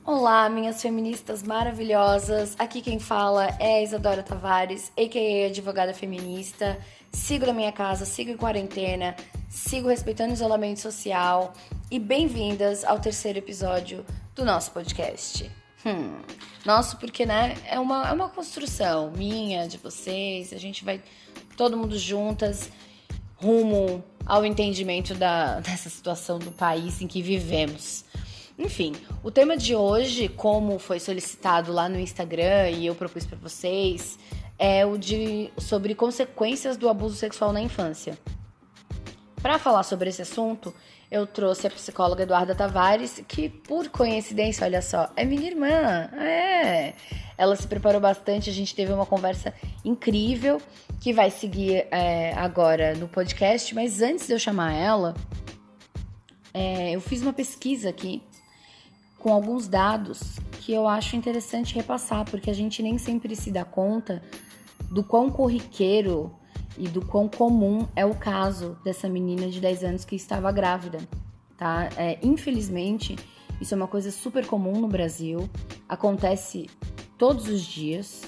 Olá, minhas feministas maravilhosas. Aqui quem fala é a Isadora Tavares, a.k.a. advogada feminista. Sigo na minha casa, sigo em quarentena, sigo respeitando o isolamento social. E bem-vindas ao terceiro episódio do nosso podcast. Nosso porque, né, é uma construção minha, de vocês. A gente vai todo mundo juntas rumo ao entendimento dessa situação do país em que vivemos. Enfim, o tema de hoje, como foi solicitado lá no Instagram e eu propus para vocês, é sobre consequências do abuso sexual na infância. Para falar sobre esse assunto, eu trouxe a psicóloga Eduarda Tavares, que por coincidência, olha só, é minha irmã. Ela se preparou bastante, a gente teve uma conversa incrível que vai seguir agora no podcast, mas antes de eu chamar ela, eu fiz uma pesquisa aqui com alguns dados que eu acho interessante repassar, porque a gente nem sempre se dá conta do quão corriqueiro e do quão comum é o caso dessa menina de 10 anos que estava grávida, tá? Infelizmente, isso é uma coisa super comum no Brasil, acontece todos os dias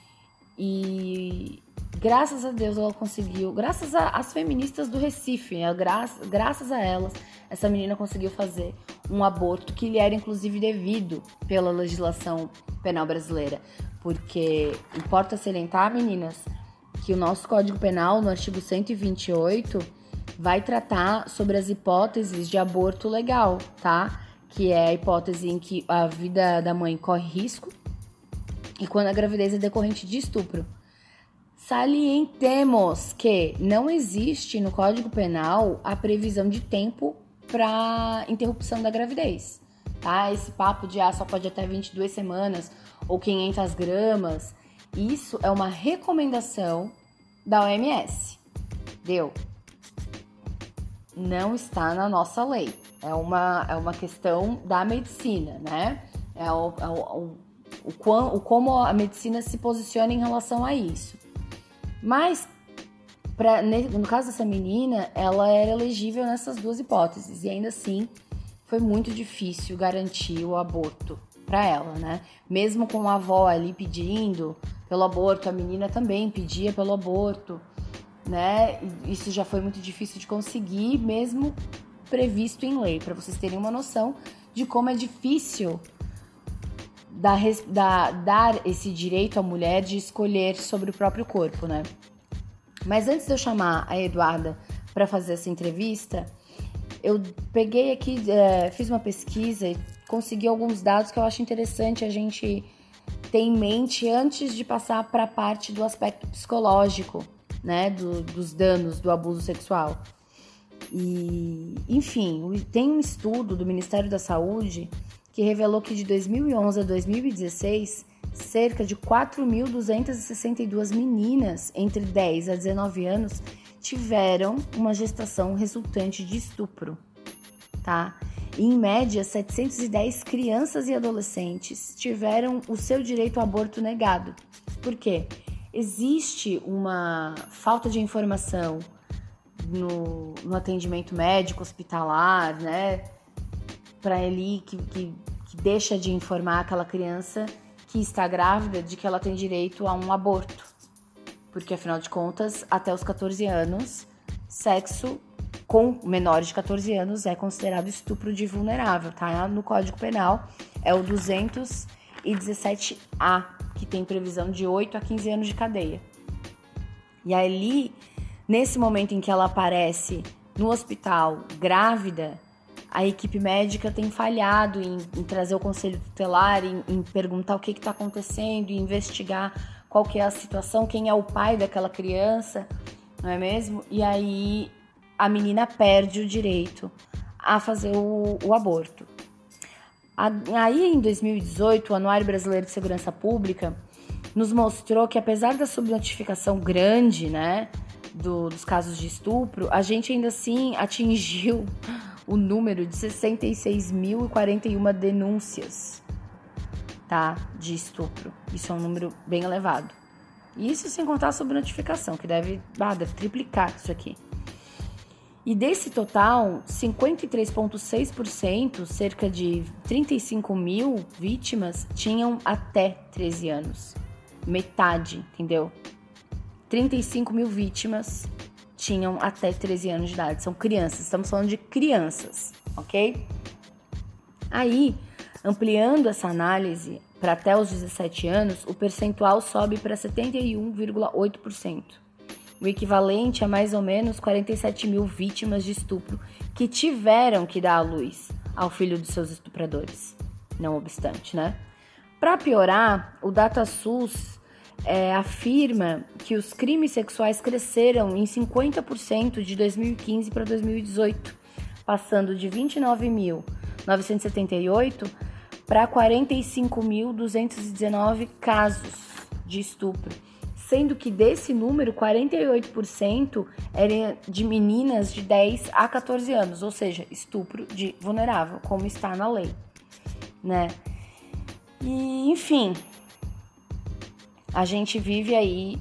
e graças a Deus ela conseguiu, graças às feministas do Recife, graças a elas, essa menina conseguiu fazer um aborto que lhe era inclusive devido pela legislação penal brasileira. Porque importa salientar, meninas, que o nosso Código Penal, no artigo 128, vai tratar sobre as hipóteses de aborto legal, tá? Que é a hipótese em que a vida da mãe corre risco e quando a gravidez é decorrente de estupro. Salientemos que não existe no Código Penal a previsão de tempo para interrupção da gravidez, tá? Esse papo de só pode até 22 semanas ou 500 gramas, isso é uma recomendação da OMS. Deu? Não está na nossa lei. É uma questão da medicina, né? Como a medicina se posiciona em relação a isso. Mas, no caso dessa menina, ela era elegível nessas duas hipóteses. E ainda assim, foi muito difícil garantir o aborto para ela, né? Mesmo com a avó ali pedindo pelo aborto, a menina também pedia pelo aborto, né? Isso já foi muito difícil de conseguir, mesmo previsto em lei. Para vocês terem uma noção de como é difícil dar esse direito à mulher de escolher sobre o próprio corpo, né? Mas antes de eu chamar a Eduarda para fazer essa entrevista, eu peguei aqui, fiz uma pesquisa e consegui alguns dados que eu acho interessante a gente ter em mente antes de passar para a parte do aspecto psicológico, né? Dos danos do abuso sexual. E, enfim, tem um estudo do Ministério da Saúde que revelou que de 2011 a 2016, cerca de 4.262 meninas entre 10 a 19 anos tiveram uma gestação resultante de estupro, tá? E, em média, 710 crianças e adolescentes tiveram o seu direito ao aborto negado. Por quê? Existe uma falta de informação no atendimento médico hospitalar, né? Para ele que deixa de informar aquela criança que está grávida de que ela tem direito a um aborto. Porque, afinal de contas, até os 14 anos, sexo com menores de 14 anos é considerado estupro de vulnerável, tá? No Código Penal é o 217A, que tem previsão de 8 a 15 anos de cadeia. E ali, nesse momento em que ela aparece no hospital grávida, a equipe médica tem falhado em trazer o conselho tutelar, em perguntar o que está acontecendo, em investigar qual que é a situação, quem é o pai daquela criança, não é mesmo? E aí a menina perde o direito a fazer o aborto. Aí em 2018, o Anuário Brasileiro de Segurança Pública nos mostrou que, apesar da subnotificação grande, né, dos casos de estupro, a gente ainda assim atingiu o número de 66.041 denúncias, tá, de estupro. Isso é um número bem elevado. Isso sem contar a subnotificação, que deve triplicar isso aqui. E desse total, 53,6%, cerca de 35 mil vítimas, tinham até 13 anos. Metade, entendeu? 35 mil vítimas tinham até 13 anos de idade. São crianças, estamos falando de crianças, ok? Aí, ampliando essa análise para até os 17 anos, o percentual sobe para 71,8%. O equivalente a mais ou menos 47 mil vítimas de estupro que tiveram que dar à luz ao filho dos seus estupradores. Não obstante, né? Para piorar, o DataSUS afirma que os crimes sexuais cresceram em 50% de 2015 para 2018, passando de 29.978 para 45.219 casos de estupro, sendo que desse número, 48% eram de meninas de 10 a 14 anos, ou seja, estupro de vulnerável, como está na lei, né? E, enfim, a gente vive aí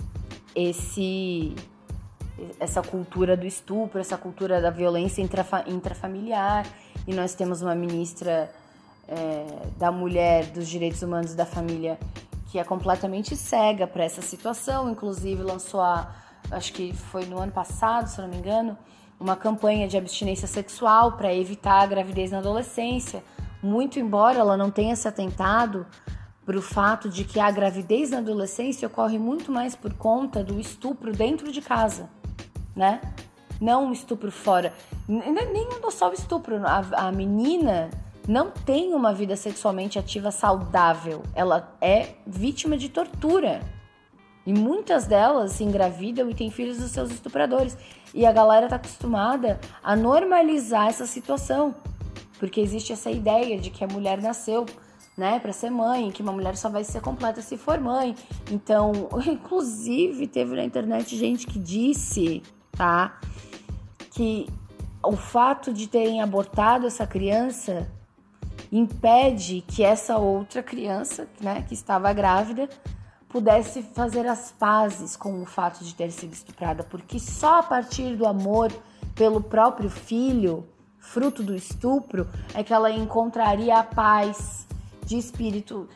essa cultura do estupro, essa cultura da violência intrafamiliar, e nós temos uma ministra da Mulher, dos Direitos Humanos e da Família que é completamente cega para essa situação, inclusive lançou, acho que foi no ano passado, se eu não me engano, uma campanha de abstinência sexual para evitar a gravidez na adolescência, muito embora ela não tenha se atentado para o fato de que a gravidez na adolescência ocorre muito mais por conta do estupro dentro de casa, né? Não um estupro fora. Nem só o estupro. A menina não tem uma vida sexualmente ativa saudável. Ela é vítima de tortura. E muitas delas se engravidam e têm filhos dos seus estupradores. E a galera está acostumada a normalizar essa situação. Porque existe essa ideia de que a mulher nasceu, né, para ser mãe, que uma mulher só vai ser completa se for mãe. Então, inclusive, teve na internet gente que disse, tá, que o fato de terem abortado essa criança impede que essa outra criança, né, que estava grávida, pudesse fazer as pazes com o fato de ter sido estuprada, porque só a partir do amor pelo próprio filho, fruto do estupro, é que ela encontraria a paz de espírito.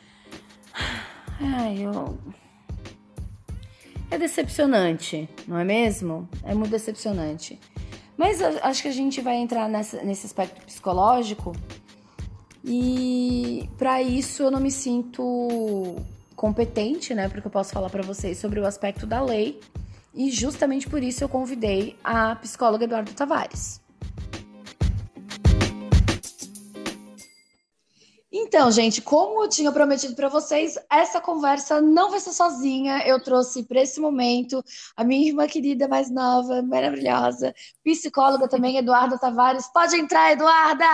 É decepcionante, não é mesmo? É muito decepcionante. Mas eu acho que a gente vai entrar nesse aspecto psicológico e para isso eu não me sinto competente, né? Porque eu posso falar para vocês sobre o aspecto da lei e justamente por isso eu convidei a psicóloga Eduarda Tavares. Então, gente, como eu tinha prometido para vocês, essa conversa não vai ser sozinha. Eu trouxe para esse momento a minha irmã querida mais nova, maravilhosa, psicóloga também, Eduarda Tavares. Pode entrar, Eduarda!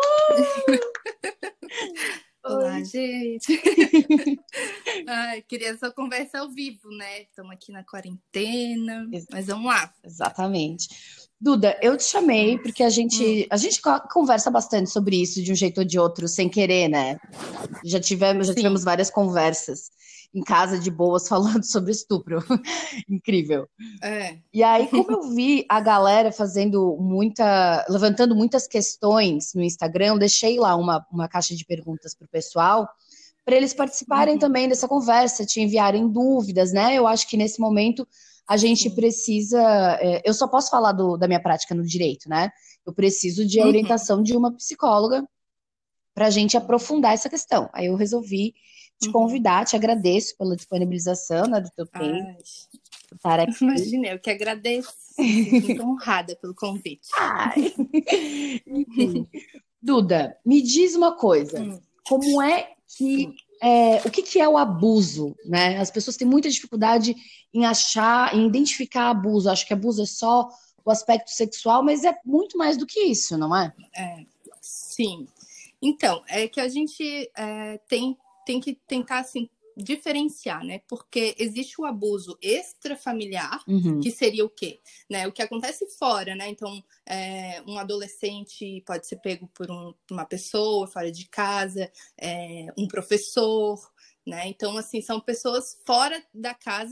Olá, gente. Queria essa conversa ao vivo, né? Estamos aqui na quarentena, mas vamos lá. Exatamente. Duda, eu te chamei porque a gente conversa bastante sobre isso de um jeito ou de outro, sem querer, né? Já tivemos várias conversas em casa de boas falando sobre estupro. Incrível. E aí, como eu vi a galera levantando muitas questões no Instagram, eu deixei lá uma caixa de perguntas pro pessoal, para eles participarem também dessa conversa, te enviarem dúvidas, né? Eu acho que nesse momento a gente precisa... eu só posso falar da minha prática no direito, né? Eu preciso de orientação de uma psicóloga para a gente aprofundar essa questão. Aí eu resolvi te convidar, te agradeço pela disponibilização, né, do teu tempo. Imagina, eu que agradeço. Fico muito honrada pelo convite. Enfim. Duda, me diz uma coisa. Como é que... o que é o abuso, né? As pessoas têm muita dificuldade em identificar abuso. Acho que abuso é só o aspecto sexual, mas é muito mais do que isso, não é? Sim. Então, é que a gente tem que tentar, assim, diferenciar, né? Porque existe o abuso extrafamiliar, que seria o quê? Né? O que acontece fora, né? Então, um adolescente pode ser pego por uma pessoa fora de casa, um professor, né? Então, assim, são pessoas fora da casa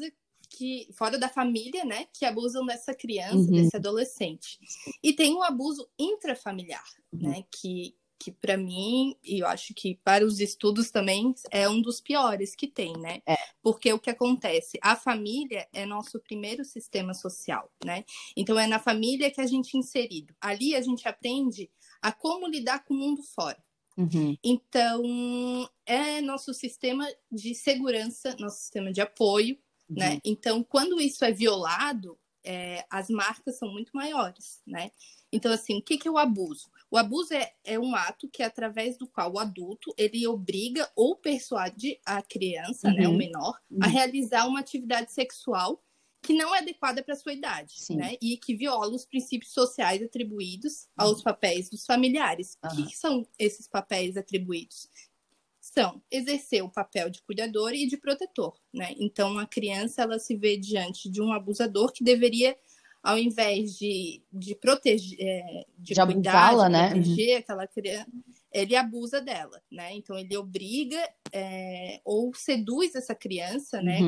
fora da família, né, que abusam dessa criança, desse adolescente. E tem o abuso intrafamiliar, né, que para mim, e eu acho que para os estudos também, é um dos piores que tem, né? Porque o que acontece? A família é nosso primeiro sistema social, né? Então, é na família que a gente é inserido. Ali a gente aprende a como lidar com o mundo fora. Então, é nosso sistema de segurança, nosso sistema de apoio, né? Então, quando isso é violado, as marcas são muito maiores, né? Então, assim, o que é o abuso? O abuso é um ato que, através do qual o adulto, ele obriga ou persuade a criança, né, o menor, a realizar uma atividade sexual que não é adequada para a sua idade, né? E que viola os princípios sociais atribuídos aos papéis dos familiares. O que são esses papéis atribuídos? São exercer o papel de cuidador e de protetor, né? Então, a criança, ela se vê diante de um abusador que deveria, ao invés de proteger, de cuidar, de proteger aquela criança, ele abusa dela, né? Então, ele obriga ou seduz essa criança, né?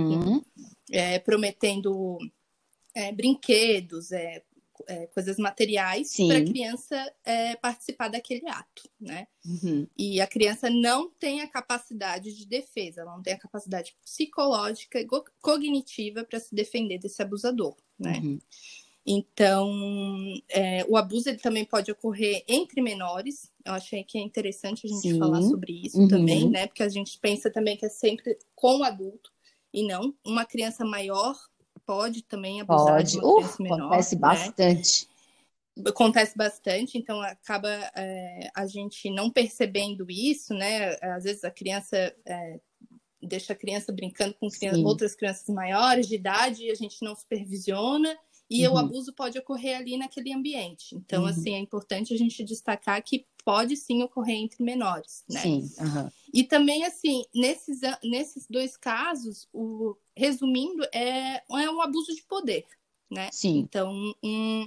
Prometendo brinquedos, coisas materiais para a criança participar daquele ato, né? E a criança não tem a capacidade de defesa, ela não tem a capacidade psicológica e cognitiva para se defender desse abusador, né? Então, o abuso ele também pode ocorrer entre menores. Eu achei que é interessante a gente falar sobre isso também, né? Porque a gente pensa também que é sempre com o adulto e não. Uma criança maior pode também abusar de uma criança menor. Acontece bastante. Acontece bastante, então acaba a gente não percebendo isso, né? Às vezes a criança deixa a criança brincando com outras crianças maiores de idade e a gente não supervisiona. E o abuso pode ocorrer ali naquele ambiente. Então, assim, é importante a gente destacar que pode sim ocorrer entre menores, né? E também, assim, nesses dois casos, resumindo, é um abuso de poder, né? Então, um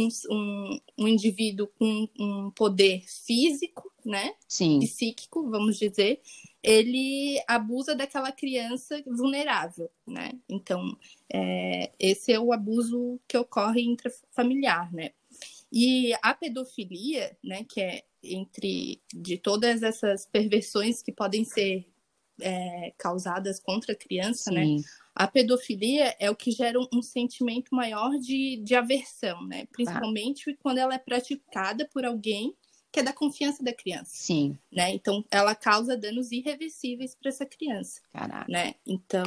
indivíduo com um poder físico, né? Psíquico, vamos dizer, ele abusa daquela criança vulnerável, né? Então, esse é o abuso que ocorre intrafamiliar, né? E a pedofilia, né, que é de todas essas perversões que podem ser causadas contra a criança, né? A pedofilia é o que gera um sentimento maior de aversão, né? Principalmente quando ela é praticada por alguém que é da confiança da criança. Né? Então, ela causa danos irreversíveis para essa criança. Né? Então,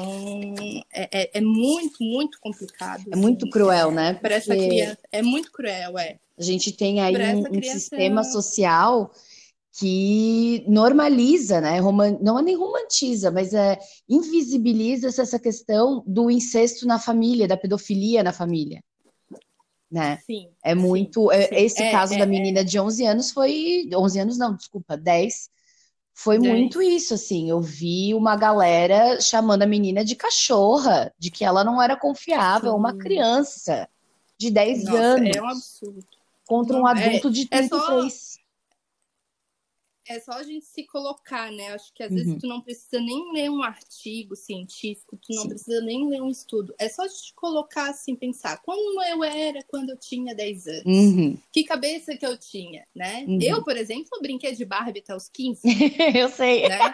é muito, muito complicado. É muito cruel, né? Para essa criança. É muito cruel, A gente tem aí um sistema social que normaliza, né? Não é nem romantiza, mas invisibiliza essa questão do incesto na família, da pedofilia na família. Né? É muito... Esse caso da menina de 11 anos foi... 11 anos não, desculpa, 10. Foi muito isso, assim. Eu vi uma galera chamando a menina de cachorra, de que ela não era confiável, uma criança de 10 anos. É um absurdo. Contra um adulto de 33. É só a gente se colocar, né? Acho que às vezes tu não precisa nem ler um artigo científico, tu não precisa nem ler um estudo. É só te colocar assim, pensar, como eu era quando eu tinha 10 anos? Que cabeça que eu tinha, né? Eu, por exemplo, brinquei de Barbie até os 15. Eu sei. Né?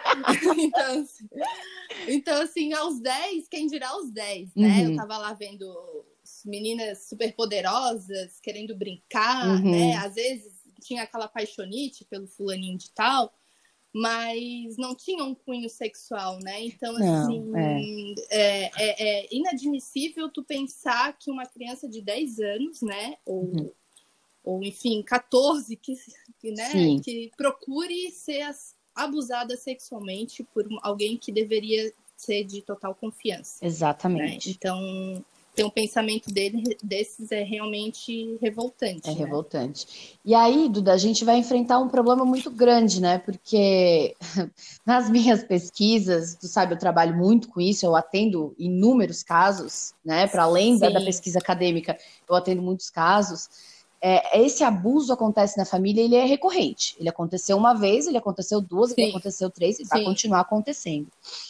Então, assim, aos 10, quem dirá aos 10, né? Eu tava lá vendo meninas super poderosas, querendo brincar, né? Às vezes tinha aquela paixonite pelo fulaninho de tal, mas não tinha um cunho sexual, né? Então, assim, é inadmissível tu pensar que uma criança de 10 anos, né? Ou enfim, 14, que procure ser abusada sexualmente por alguém que deveria ser de total confiança. Exatamente. Né? Então, ter um pensamento desses é realmente revoltante. É revoltante. E aí, Duda, a gente vai enfrentar um problema muito grande, né? Porque nas minhas pesquisas, tu sabe, eu trabalho muito com isso, eu atendo inúmeros casos, né? Para além da pesquisa acadêmica, eu atendo muitos casos. Esse abuso acontece na família, ele é recorrente. Ele aconteceu uma vez, ele aconteceu duas, ele aconteceu 3 e vai continuar acontecendo.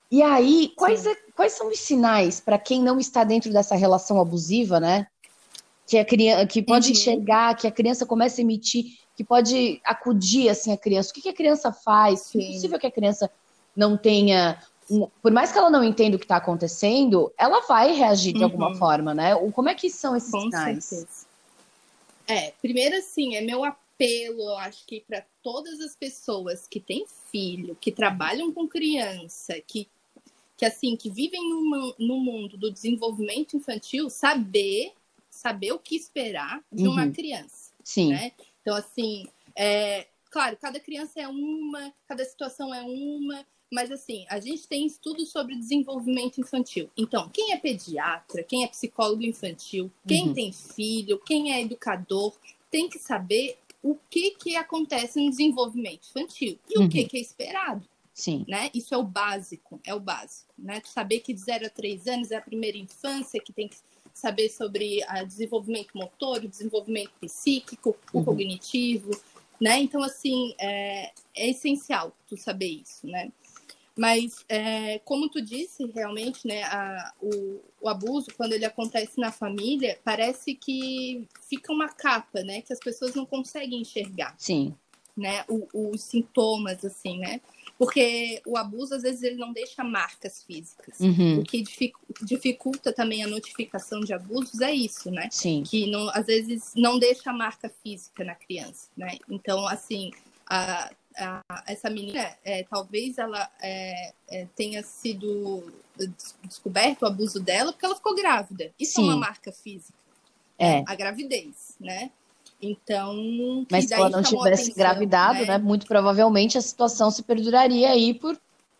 E aí, quais são os sinais para quem não está dentro dessa relação abusiva, né? Que a criança, que pode enxergar, que a criança começa a emitir, que pode acudir assim a criança. O que a criança faz? É possível que a criança não tenha, por mais que ela não entenda o que está acontecendo, ela vai reagir de alguma forma, né? Como é que são esses sinais? Certeza. Primeiro assim, é meu apelo, eu acho que para todas as pessoas que têm filho, que trabalham com criança, que assim, que vivem no mundo do desenvolvimento infantil, saber o que esperar de uma criança. Sim. Né? Então, assim, claro, cada criança é uma, cada situação é uma, mas assim, a gente tem estudos sobre desenvolvimento infantil. Então, quem é pediatra, quem é psicólogo infantil, quem tem filho, quem é educador, tem que saber o que acontece no desenvolvimento infantil e o que é esperado. Sim. Né? Isso é o básico, né? Saber que de 0 a 3 anos é a primeira infância, que tem que saber sobre o desenvolvimento motor, o desenvolvimento psíquico, o cognitivo, né? Então, assim, é essencial tu saber isso, né? Mas, como tu disse, realmente, né, o abuso, quando ele acontece na família, parece que fica uma capa, né? Que as pessoas não conseguem enxergar. Sim. Né? Os sintomas, assim, né? Porque o abuso, às vezes, ele não deixa marcas físicas. O que dificulta também a notificação de abusos é isso, né? Sim. Que, não, às vezes, não deixa marca física na criança, né? Então, assim, essa menina, talvez ela tenha sido descoberto o abuso dela porque ela ficou grávida. Isso é uma marca física. A gravidez, né? Então, mas se ela não tivesse engravidado, né? Muito provavelmente a situação se perduraria aí por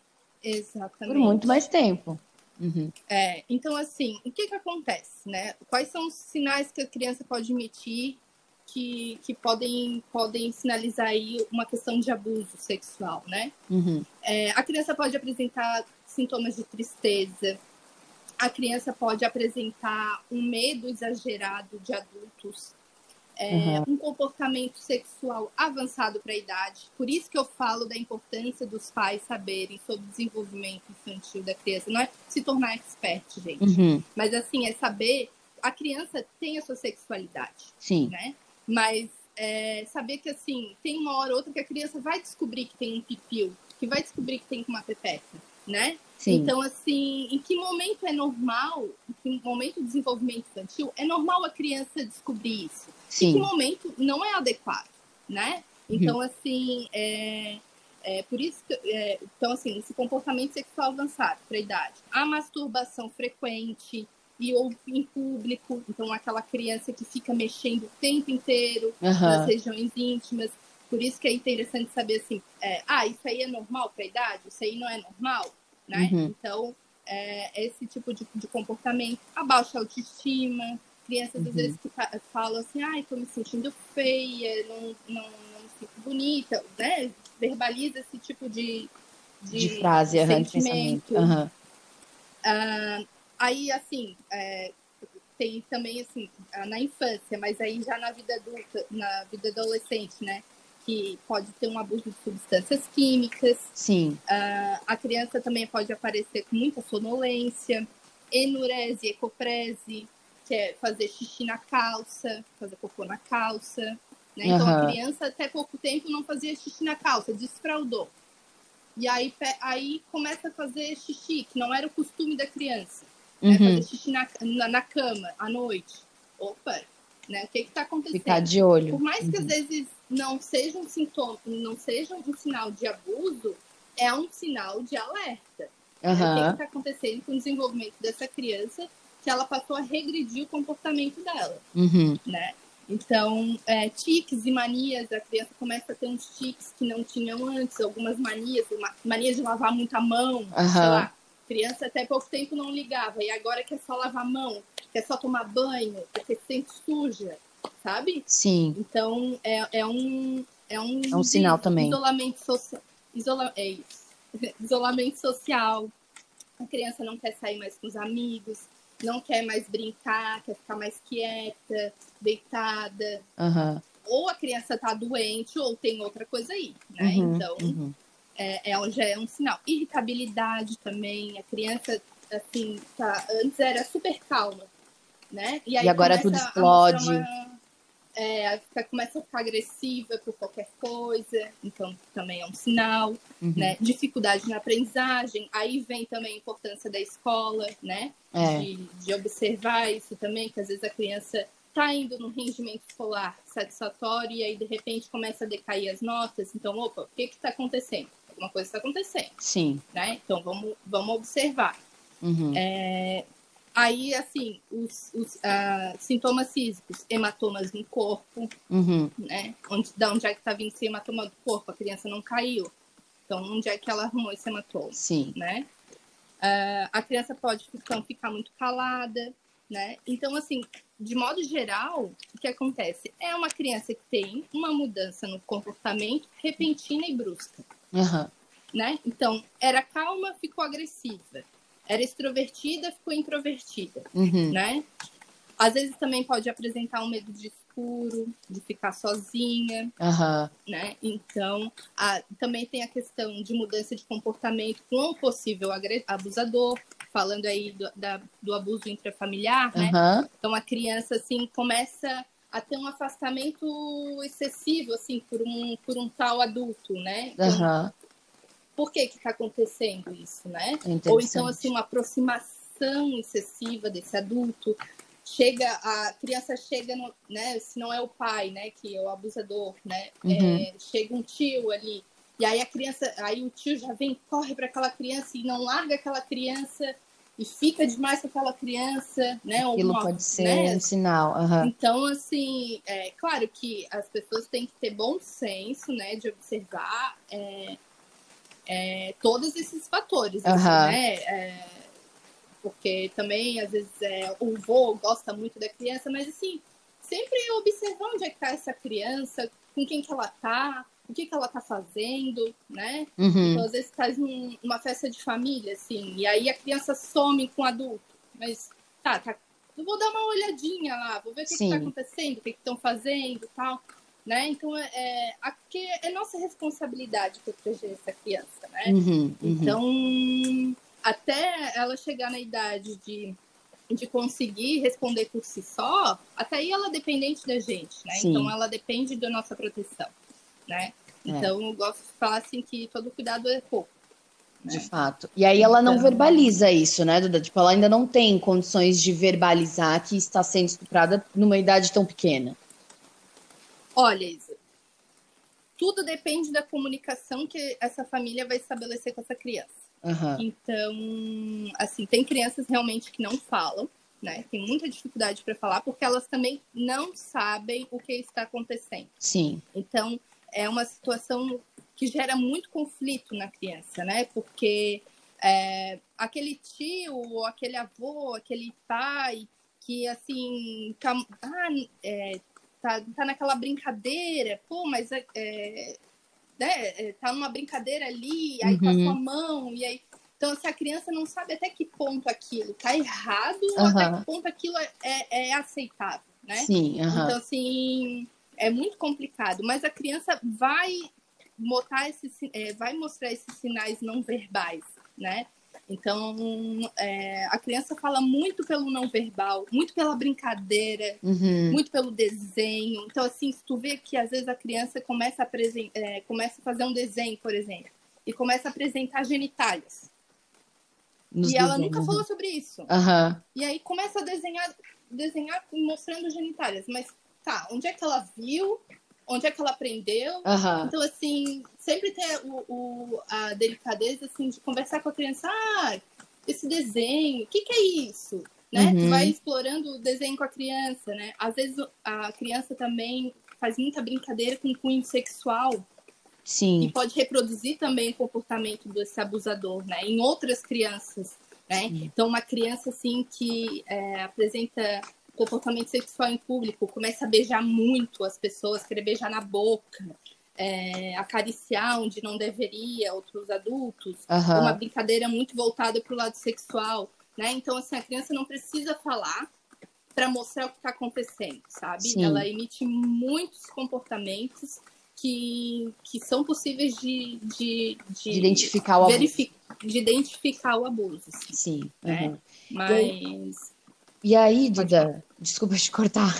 muito mais tempo. Então, assim, o que acontece, né? Quais são os sinais que a criança pode emitir que podem sinalizar aí uma questão de abuso sexual, né? A criança pode apresentar sintomas de tristeza, a criança pode apresentar um medo exagerado de adultos, um comportamento sexual avançado para a idade. Por isso que eu falo da importância dos pais saberem sobre o desenvolvimento infantil da criança. Não é se tornar expert, gente. Mas, assim, é saber... A criança tem a sua sexualidade. Sim. Né? Mas saber que, assim, tem uma hora ou outra que a criança vai descobrir que tem um pipiu, que vai descobrir que tem uma pepeca, né? Sim. Então, assim, em que momento é normal, em que momento do desenvolvimento infantil, é normal a criança descobrir isso? Sim. Em que momento não é adequado, né? Então, assim, por isso que, então, assim, esse comportamento sexual avançado para a idade, a masturbação frequente ou em público, então aquela criança que fica mexendo o tempo inteiro nas regiões íntimas. Por isso que é interessante saber assim, isso aí é normal para a idade? Isso aí não é normal? Né? Então, esse tipo de comportamento, a baixa autoestima, crianças às vezes que falam assim, estou me sentindo feia, não me sinto bonita, né? Verbaliza esse tipo de frase, de sentimento. Aí, assim, tem também, assim, na infância, mas aí já na vida adulta, na vida adolescente, né? Que pode ter um abuso de substâncias químicas. Sim. A criança também pode aparecer com muita sonolência, enurese, ecoprese, que é fazer xixi na calça, fazer cocô na calça. Né? Então, a criança, até pouco tempo, não fazia xixi na calça, desfraldou. E aí começa a fazer xixi, que não era o costume da criança. Né? Fazer xixi na cama, à noite. Opa, né? O que está acontecendo? Ficar de olho. Por mais que às vezes não seja um sintoma, não seja um sinal de abuso, é um sinal de alerta. Né? O que está acontecendo com o desenvolvimento dessa criança, que ela passou a regredir o comportamento dela. Né? Então, tiques e manias, a criança começa a ter uns tiques que não tinham antes, algumas manias, mania de lavar muito a mão, sei lá. Criança até pouco tempo não ligava, e agora quer só lavar a mão, quer só tomar banho, porque se sente suja, sabe? Sim. Então, é um sinal também. Isolamento social. Isolamento social. A criança não quer sair mais com os amigos, não quer mais brincar, quer ficar mais quieta, deitada. Ou a criança tá doente, ou tem outra coisa aí, né? Então, já é um sinal. Irritabilidade também, a criança, assim, antes era super calma, né? E aí agora tudo explode. Começa a ficar agressiva por qualquer coisa, então também é um sinal, né? Dificuldade na aprendizagem, aí vem também a importância da escola, né? De observar isso também, que às vezes a criança está indo no rendimento escolar satisfatório e aí de repente começa a decair as notas, então, opa, o que está acontecendo? Alguma coisa está acontecendo. Sim. Né? Então, vamos observar. Aí, assim, os sintomas físicos, hematomas no corpo, né? Da onde é que está vindo esse hematoma do corpo? A criança não caiu. Então, onde é que ela arrumou esse hematoma? Sim. Né? A criança pode ficar muito calada, né? Então, assim, de modo geral, o que acontece? É uma criança que tem uma mudança no comportamento repentina e brusca. Né? Então, era calma, ficou agressiva. Era extrovertida, ficou introvertida, né? Às vezes também pode apresentar um medo de escuro, de ficar sozinha, né? Então, também tem a questão de mudança de comportamento com o possível abusador, falando aí do abuso intrafamiliar, né? Então, a criança, assim, começa a ter um afastamento excessivo, assim, por um tal adulto, né? Então, por que está acontecendo isso, né? Ou então, assim, uma aproximação excessiva desse adulto. A criança chega, né? Se não é o pai, né? Que é o abusador, né? Chega um tio ali. E aí aí o tio já vem, corre para aquela criança e não larga aquela criança e fica demais com aquela criança, né? Aquilo pode ser um sinal. Então, assim, claro que as pessoas têm que ter bom senso, né? De observar... todos esses fatores, assim, né? Porque também, às vezes, o vô gosta muito da criança, mas, assim, sempre observar onde é que tá essa criança, com quem que ela tá, o que que ela tá fazendo, né? Então, às vezes, faz uma festa de família, assim, e aí a criança some com o adulto, mas, eu vou dar uma olhadinha lá, vou ver o que que tá acontecendo, o que que estão fazendo e tal. Né? Então, aqui é nossa responsabilidade proteger essa criança, né? Então, até ela chegar na idade de conseguir responder por si só, até aí ela é dependente da gente, né? Então, ela depende da nossa proteção, né? Então, eu gosto de falar assim que todo cuidado é pouco. Né? De fato. E aí ela não verbaliza isso, né, Duda? Tipo, ela ainda não tem condições de verbalizar que está sendo estuprada numa idade tão pequena. Olha, Isa, tudo depende da comunicação que essa família vai estabelecer com essa criança. Então, assim, tem crianças realmente que não falam, né? Tem muita dificuldade para falar, porque elas também não sabem o que está acontecendo. Sim. Então, é uma situação que gera muito conflito na criança, né? Porque aquele tio, ou aquele avô, aquele pai que, assim, tá naquela brincadeira, pô, mas né, tá numa brincadeira ali, aí passou a mão, e aí... Então, se a criança não sabe até que ponto aquilo tá errado, ou até que ponto aquilo é aceitável, né? Sim, Então, assim, é muito complicado. Mas a criança vai mostrar esses sinais não verbais, né? Então, a criança fala muito pelo não verbal, muito pela brincadeira, muito pelo desenho. Então, assim, se tu vê que às vezes a criança começa a fazer um desenho, por exemplo, e começa a apresentar genitálias. E ela nunca falou sobre isso. E aí começa a desenhar mostrando genitálias. Mas onde é que ela viu? Onde é que ela aprendeu? Então, assim, sempre ter a delicadeza, assim, de conversar com a criança. Esse desenho, o que é isso? Né? Tu vai explorando o desenho com a criança, né? Às vezes a criança também faz muita brincadeira com cunho sexual. Sim. E pode reproduzir também o comportamento desse abusador, né? Em outras crianças, né? Então, uma criança, assim, que apresenta comportamento sexual em público, começa a beijar muito as pessoas, querer beijar na boca, acariciar onde não deveria outros adultos, uma brincadeira muito voltada para o lado sexual, né? Então, assim, a criança não precisa falar para mostrar o que está acontecendo, sabe? Sim. Ela emite muitos comportamentos que são possíveis de identificar o abuso. De identificar o abuso. Assim, sim. Né? Mas... E aí, Duda, desculpa te cortar.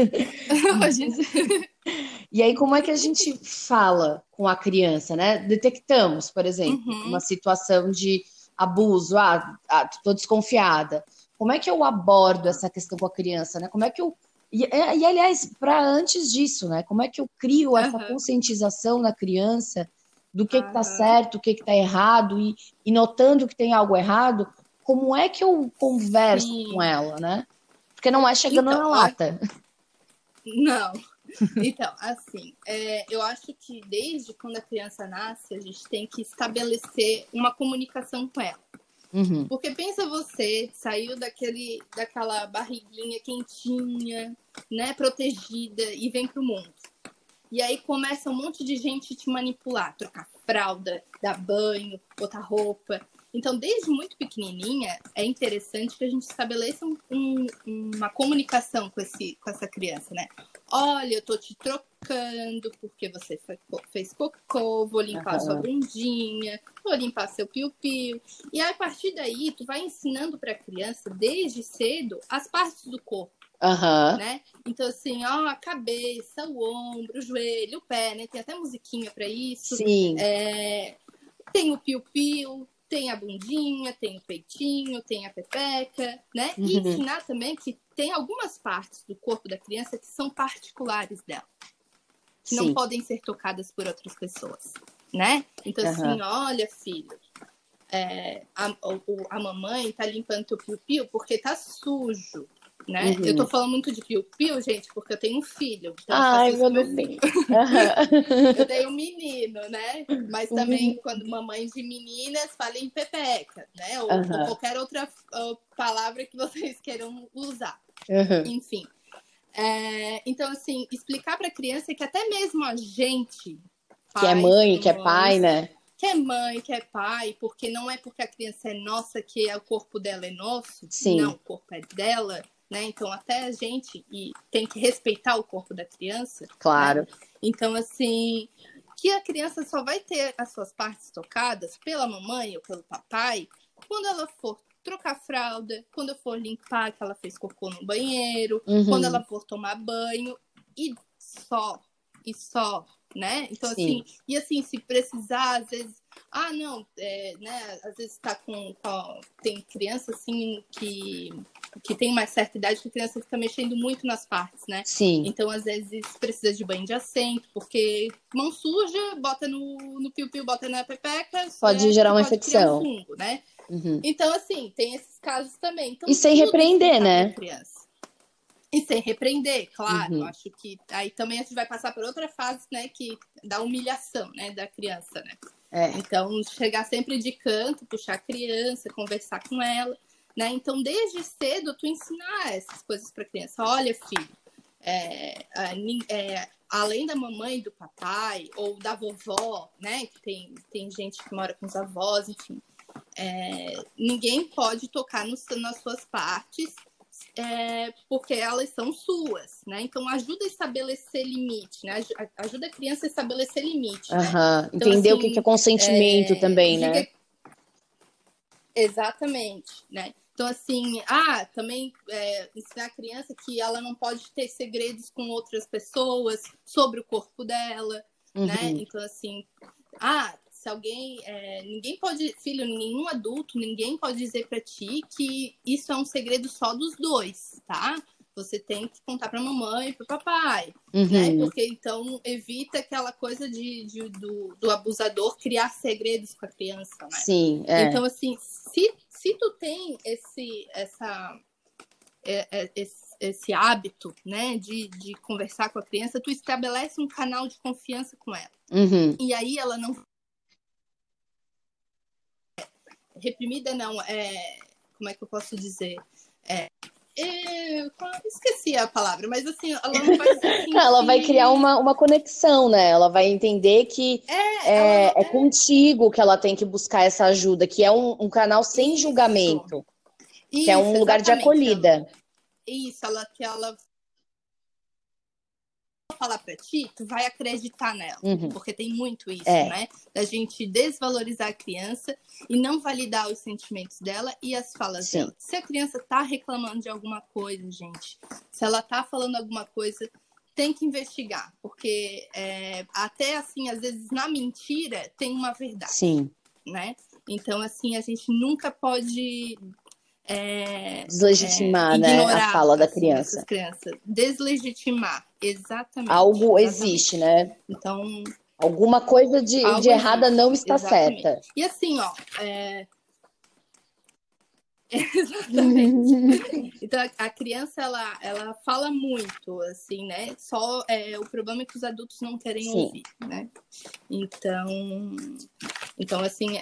E aí, como é que a gente fala com a criança, né? Detectamos, por exemplo, uma situação de abuso, tô desconfiada. Como é que eu abordo essa questão com a criança, né? Como é que eu... E aliás, para antes disso, né? Como é que eu crio essa conscientização na criança do que tá certo, o que tá errado, e notando que tem algo errado, como é que eu converso com ela, né? Porque não é chegando na lata. Não. Então, assim, eu acho que desde quando a criança nasce, a gente tem que estabelecer uma comunicação com ela. Porque pensa você, saiu daquela barriguinha quentinha, né, protegida, e vem pro mundo. E aí começa um monte de gente te manipular, trocar fralda, dar banho, botar roupa. Então, desde muito pequenininha, é interessante que a gente estabeleça uma comunicação com essa criança, né? Olha, eu tô te trocando porque você fez cocô, vou limpar sua bundinha, vou limpar seu piu-piu. E a partir daí, tu vai ensinando para a criança, desde cedo, as partes do corpo. Né? Então, assim, a cabeça, o ombro, o joelho, o pé, né? Tem até musiquinha para isso. Sim. Tem o piu-piu, tem a bundinha, tem o peitinho, tem a pepeca, né? E ensinar também que tem algumas partes do corpo da criança que são particulares dela, que não podem ser tocadas por outras pessoas, né? Então, assim, olha, filho, a mamãe tá limpando teu piu-piu porque tá sujo, né? Eu tô falando muito de piu-piu, gente, porque eu tenho um filho. Então meu filho. Eu tenho um menino, né? Mas também, quando mamãe de meninas, fala em pepeca, né? Ou qualquer outra palavra que vocês queiram usar. Enfim. Então, assim, explicar para a criança que até mesmo a gente... que é mãe, que é pai, né? Que é mãe, que é pai, porque não é porque a criança é nossa que o corpo dela é nosso. Sim. Não, o corpo é dela, né? Então, até a gente tem que respeitar o corpo da criança. Claro. Né? Então, assim, que a criança só vai ter as suas partes tocadas pela mamãe ou pelo papai quando ela for trocar fralda, quando for limpar que ela fez cocô no banheiro, quando ela for tomar banho, e só, né? Então, Sim. assim, se precisar, às vezes... né? Às vezes tem criança, assim, que tem uma certa idade que a criança fica mexendo muito nas partes, né? Sim. Então, às vezes, precisa de banho de assento, porque mão suja, bota no piu-piu, bota na pepeca... Pode gerar uma infecção. Criar um fungo, né? Então, assim, tem esses casos também. Então, e sem repreender, né? E sem repreender, claro. Acho que aí também a gente vai passar por outra fase, né? Que da humilhação, né? Da criança, né? Então, chegar sempre de canto, puxar a criança, conversar com ela, né? Então, desde cedo, tu ensinar essas coisas para a criança. Olha, filho, além da mamãe e do papai, ou da vovó, né? Que tem gente que mora com os avós, enfim. Ninguém pode tocar nas suas partes, porque elas são suas, né? Então, ajuda a estabelecer limite, né? Ajuda a criança a estabelecer limite. Né? Então, entender assim, o que é consentimento também, né? Exatamente, né? Então, assim, também ensinar a criança que ela não pode ter segredos com outras pessoas sobre o corpo dela, né? Então, assim, se alguém... ninguém pode... Filho, nenhum adulto, ninguém pode dizer pra ti que isso é um segredo só dos dois, tá? Você tem que contar pra mamãe e pro papai, né? Porque, então, evita aquela coisa do abusador criar segredos com a criança, né? Sim, Então, assim, se tu tem esse hábito, né, de conversar com a criança, tu estabelece um canal de confiança com ela. E aí ela não... Reprimida não, como é que eu posso dizer? Eu esqueci a palavra, mas assim, ela não vai se sentir... Ela vai criar uma conexão, né? Ela vai entender que é contigo que ela tem que buscar essa ajuda, que é um canal sem julgamento, que é um lugar de acolhida. Que ela falar pra ti, tu vai acreditar nela. Porque tem muito isso, né? Da gente desvalorizar a criança e não validar os sentimentos dela e as falas dela. Se a criança tá reclamando de alguma coisa, gente, se ela tá falando alguma coisa, tem que investigar. Porque até, assim, às vezes, na mentira, tem uma verdade. Sim. Né? Então, assim, a gente nunca pode... deslegitimar, né, a fala da criança. Deslegitimar, exatamente. Algo existe, né? Então, alguma coisa de errada não está certa. E assim, ó, exatamente. Então, a criança, ela fala muito, assim, né? Só o problema é que os adultos não querem ouvir, né? Então assim,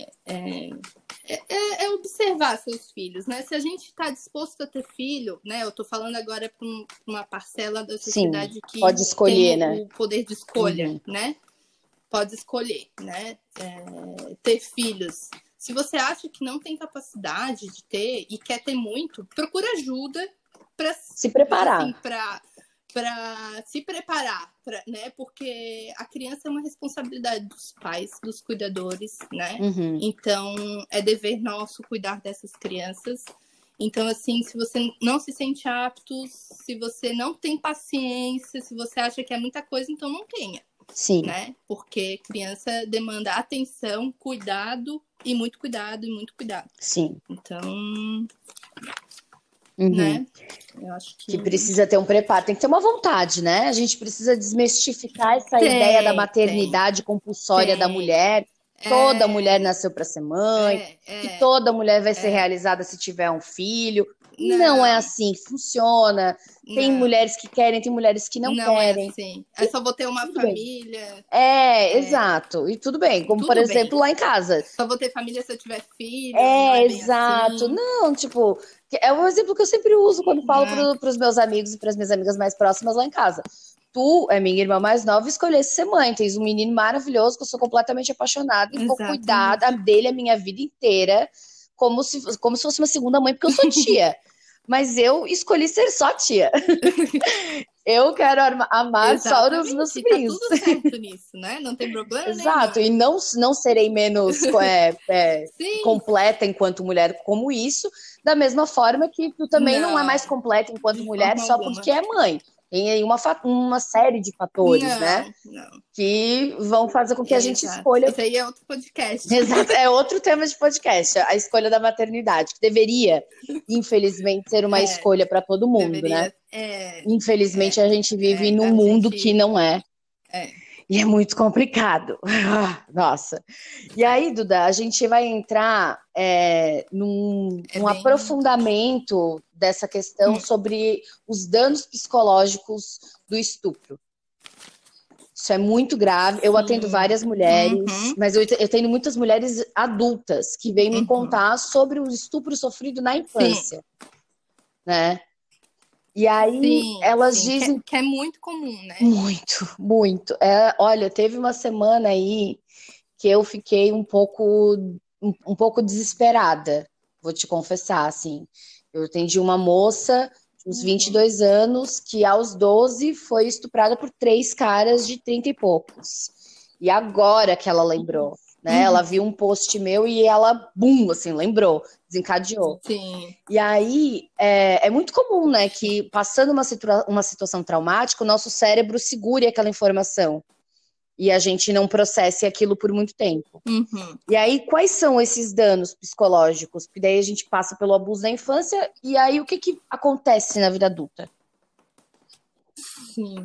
observar seus filhos, né? Se a gente está disposto a ter filho, né? Eu estou falando agora para uma parcela da sociedade que pode escolher, tem né? o poder de escolha, né? Pode escolher, né? Ter filhos. Se você acha que não tem capacidade de ter e quer ter muito, procura ajuda para se preparar. Assim, para se preparar, né? Porque a criança é uma responsabilidade dos pais, dos cuidadores, né? Então, é dever nosso cuidar dessas crianças. Então, assim, se você não se sente apto, se você não tem paciência, se você acha que é muita coisa, então não tenha. Sim. Né? Porque criança demanda atenção, cuidado e muito cuidado, e muito cuidado. Sim. Então... Né? Eu acho que precisa ter um preparo, tem que ter uma vontade, né? A gente precisa desmistificar essa ideia da maternidade compulsória da mulher. Toda mulher nasceu para ser mãe, que toda mulher vai ser realizada se tiver um filho. Não é assim, funciona. Tem mulheres que querem, tem mulheres que não querem. É assim. Só vou ter uma família. Exato. E tudo bem, como por exemplo lá em casa. Só vou ter família se eu tiver filho. Exato. Assim. Não, tipo, é um exemplo que eu sempre uso quando falo para os meus amigos e para as minhas amigas mais próximas lá em casa. Tu é minha irmã mais nova, escolhesse ser mãe. Tens um menino maravilhoso que eu sou completamente apaixonada e vou cuidar dele a minha vida inteira como se fosse uma segunda mãe, porque eu sou tia. Mas eu escolhi ser só tia. Eu quero amar só os meus filhos. Tá tudo certo nisso, né? Não tem problema Exato, nenhum. E não serei menos completa enquanto mulher como isso, da mesma forma que tu também não é mais completa enquanto mulher só porque é mãe. Tem aí uma série de fatores, né? Que vão fazer com que a gente escolha... Isso aí é outro podcast. Exato, é outro tema de podcast, a escolha da maternidade, que deveria, infelizmente, ser uma escolha para todo mundo, né? Infelizmente, a gente vive num mundo que não é. E é muito complicado. Nossa. E aí, Duda, a gente vai entrar num aprofundamento dessa questão sobre os danos psicológicos do estupro. Isso é muito grave. Eu atendo várias mulheres, mas eu atendo muitas mulheres adultas que vêm me contar sobre o estupro sofrido na infância. Né? E aí elas dizem... Que é muito comum, né? Muito, muito. Olha, teve uma semana aí que eu fiquei um pouco desesperada, vou te confessar, assim. Eu atendi uma moça de uns 22 anos que aos 12 foi estuprada por 3 caras de 30 e poucos. E agora que ela lembrou, né? Ela viu um post meu e ela, assim, lembrou, desencadeou. Sim. E aí, é muito comum, né, que passando uma situação traumática, o nosso cérebro segure aquela informação e a gente não processe aquilo por muito tempo. E aí, quais são esses danos psicológicos? Porque daí a gente passa pelo abuso da infância e aí o que acontece na vida adulta? Sim.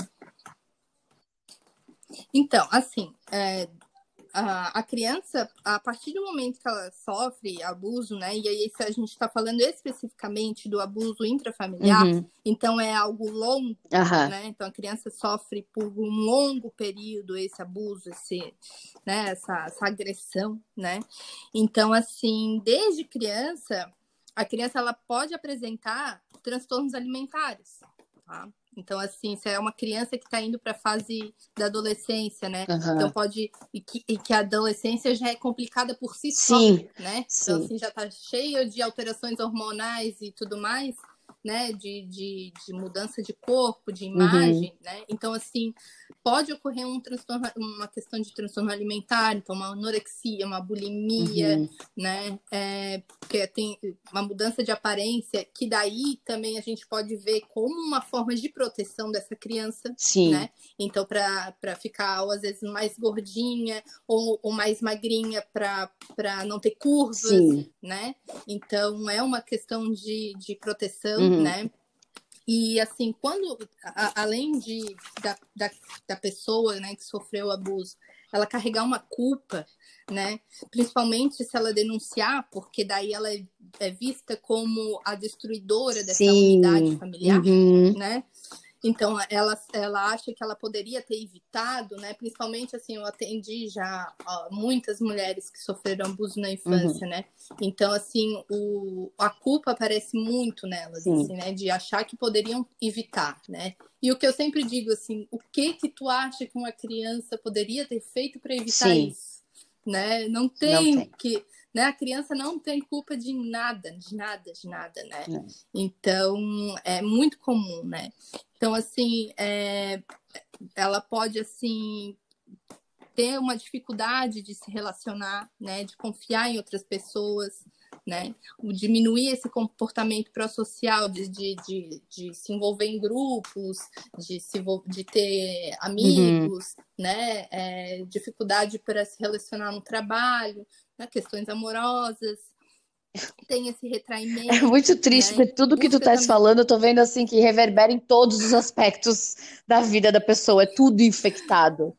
Então, assim, a criança, a partir do momento que ela sofre abuso, né? E aí, se a gente está falando especificamente do abuso intrafamiliar, então é algo longo, né? Então a criança sofre por um longo período esse abuso, né? essa agressão, né? Então, assim, desde criança, a criança ela pode apresentar transtornos alimentares, tá? Então, assim, se é uma criança que está indo para a fase da adolescência, né? Então, pode... E que a adolescência já é complicada por si só, né? Então, assim, já está cheia de alterações hormonais e tudo mais, né, de mudança de corpo, de imagem, né? Então, assim, pode ocorrer um transtorno, uma questão de transtorno alimentar, então uma anorexia, uma bulimia, né? Porque tem uma mudança de aparência, que daí também a gente pode ver como uma forma de proteção dessa criança, né? Então, para ficar, ou, às vezes, mais gordinha ou mais magrinha, para não ter curvas, né? Então, é uma questão de proteção, né? E, assim, quando, além da pessoa, né, que sofreu o abuso, ela carregar uma culpa, né, principalmente se ela denunciar, porque daí ela é vista como a destruidora dessa unidade familiar, né? Então, ela acha que ela poderia ter evitado, né? Principalmente, assim, eu atendi já muitas mulheres que sofreram abuso na infância, né? Então, assim, a culpa aparece muito nelas, assim, né? De achar que poderiam evitar, né? E o que eu sempre digo, assim, o que tu acha que uma criança poderia ter feito para evitar isso? Né? Não tem que... Né? A criança não tem culpa de nada, né? Então, é muito comum, né? Então, assim, ela pode, assim, ter uma dificuldade de se relacionar, né? De confiar em outras pessoas, né? Diminuir esse comportamento pró-social, de se envolver em grupos, de ter amigos, né? Dificuldade para se relacionar no trabalho, né? Questões amorosas. Tem esse retraimento. É muito triste, né? Porque tudo que tu estás falando, eu tô vendo assim que reverbera em todos os aspectos da vida da pessoa, é tudo infectado.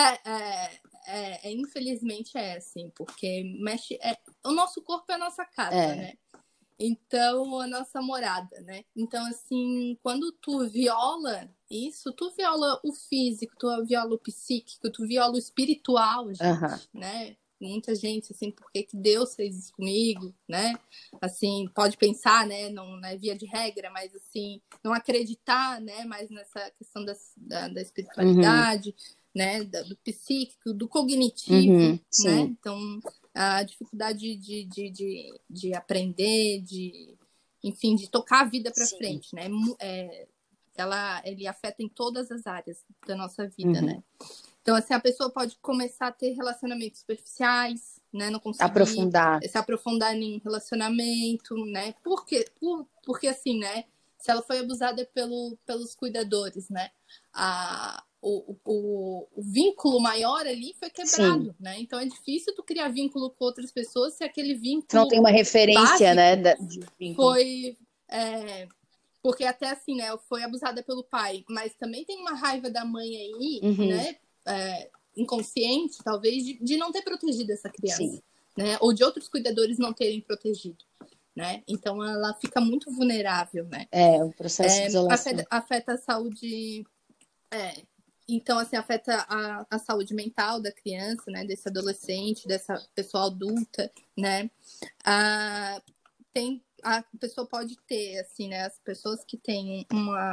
Infelizmente é assim, porque mexe. O nosso corpo é a nossa casa, né? Então, a nossa morada, né? Então, assim, quando tu viola isso, tu viola o físico, tu viola o psíquico, tu viola o espiritual, gente, né? Muita gente, assim, por que Deus fez isso comigo, né? Assim, pode pensar, né? Não é via de regra, mas, assim, não acreditar, né? Mais nessa questão da espiritualidade, né? Do psíquico, do cognitivo, né? Então, a dificuldade de aprender, enfim, de tocar a vida para frente, né? Ele afeta em todas as áreas da nossa vida, né? Então, assim, a pessoa pode começar a ter relacionamentos superficiais, né? Não conseguir se aprofundar em relacionamento, né? Porque assim, né? Se ela foi abusada pelos cuidadores, né? O vínculo maior ali foi quebrado, né? Então é difícil tu criar vínculo com outras pessoas se aquele vínculo não tem uma referência, né? De vínculo. Porque até assim, né? Foi abusada pelo pai, mas também tem uma raiva da mãe aí, né? Inconsciente, talvez, de não ter protegido essa criança, né? Ou de outros cuidadores não terem protegido, né? Então ela fica muito vulnerável, né? O processo de isolação. Afeta a saúde. Então, assim, afeta a saúde mental da criança, né? Desse adolescente, dessa pessoa adulta, né? A pessoa pode ter, assim, né? As pessoas que têm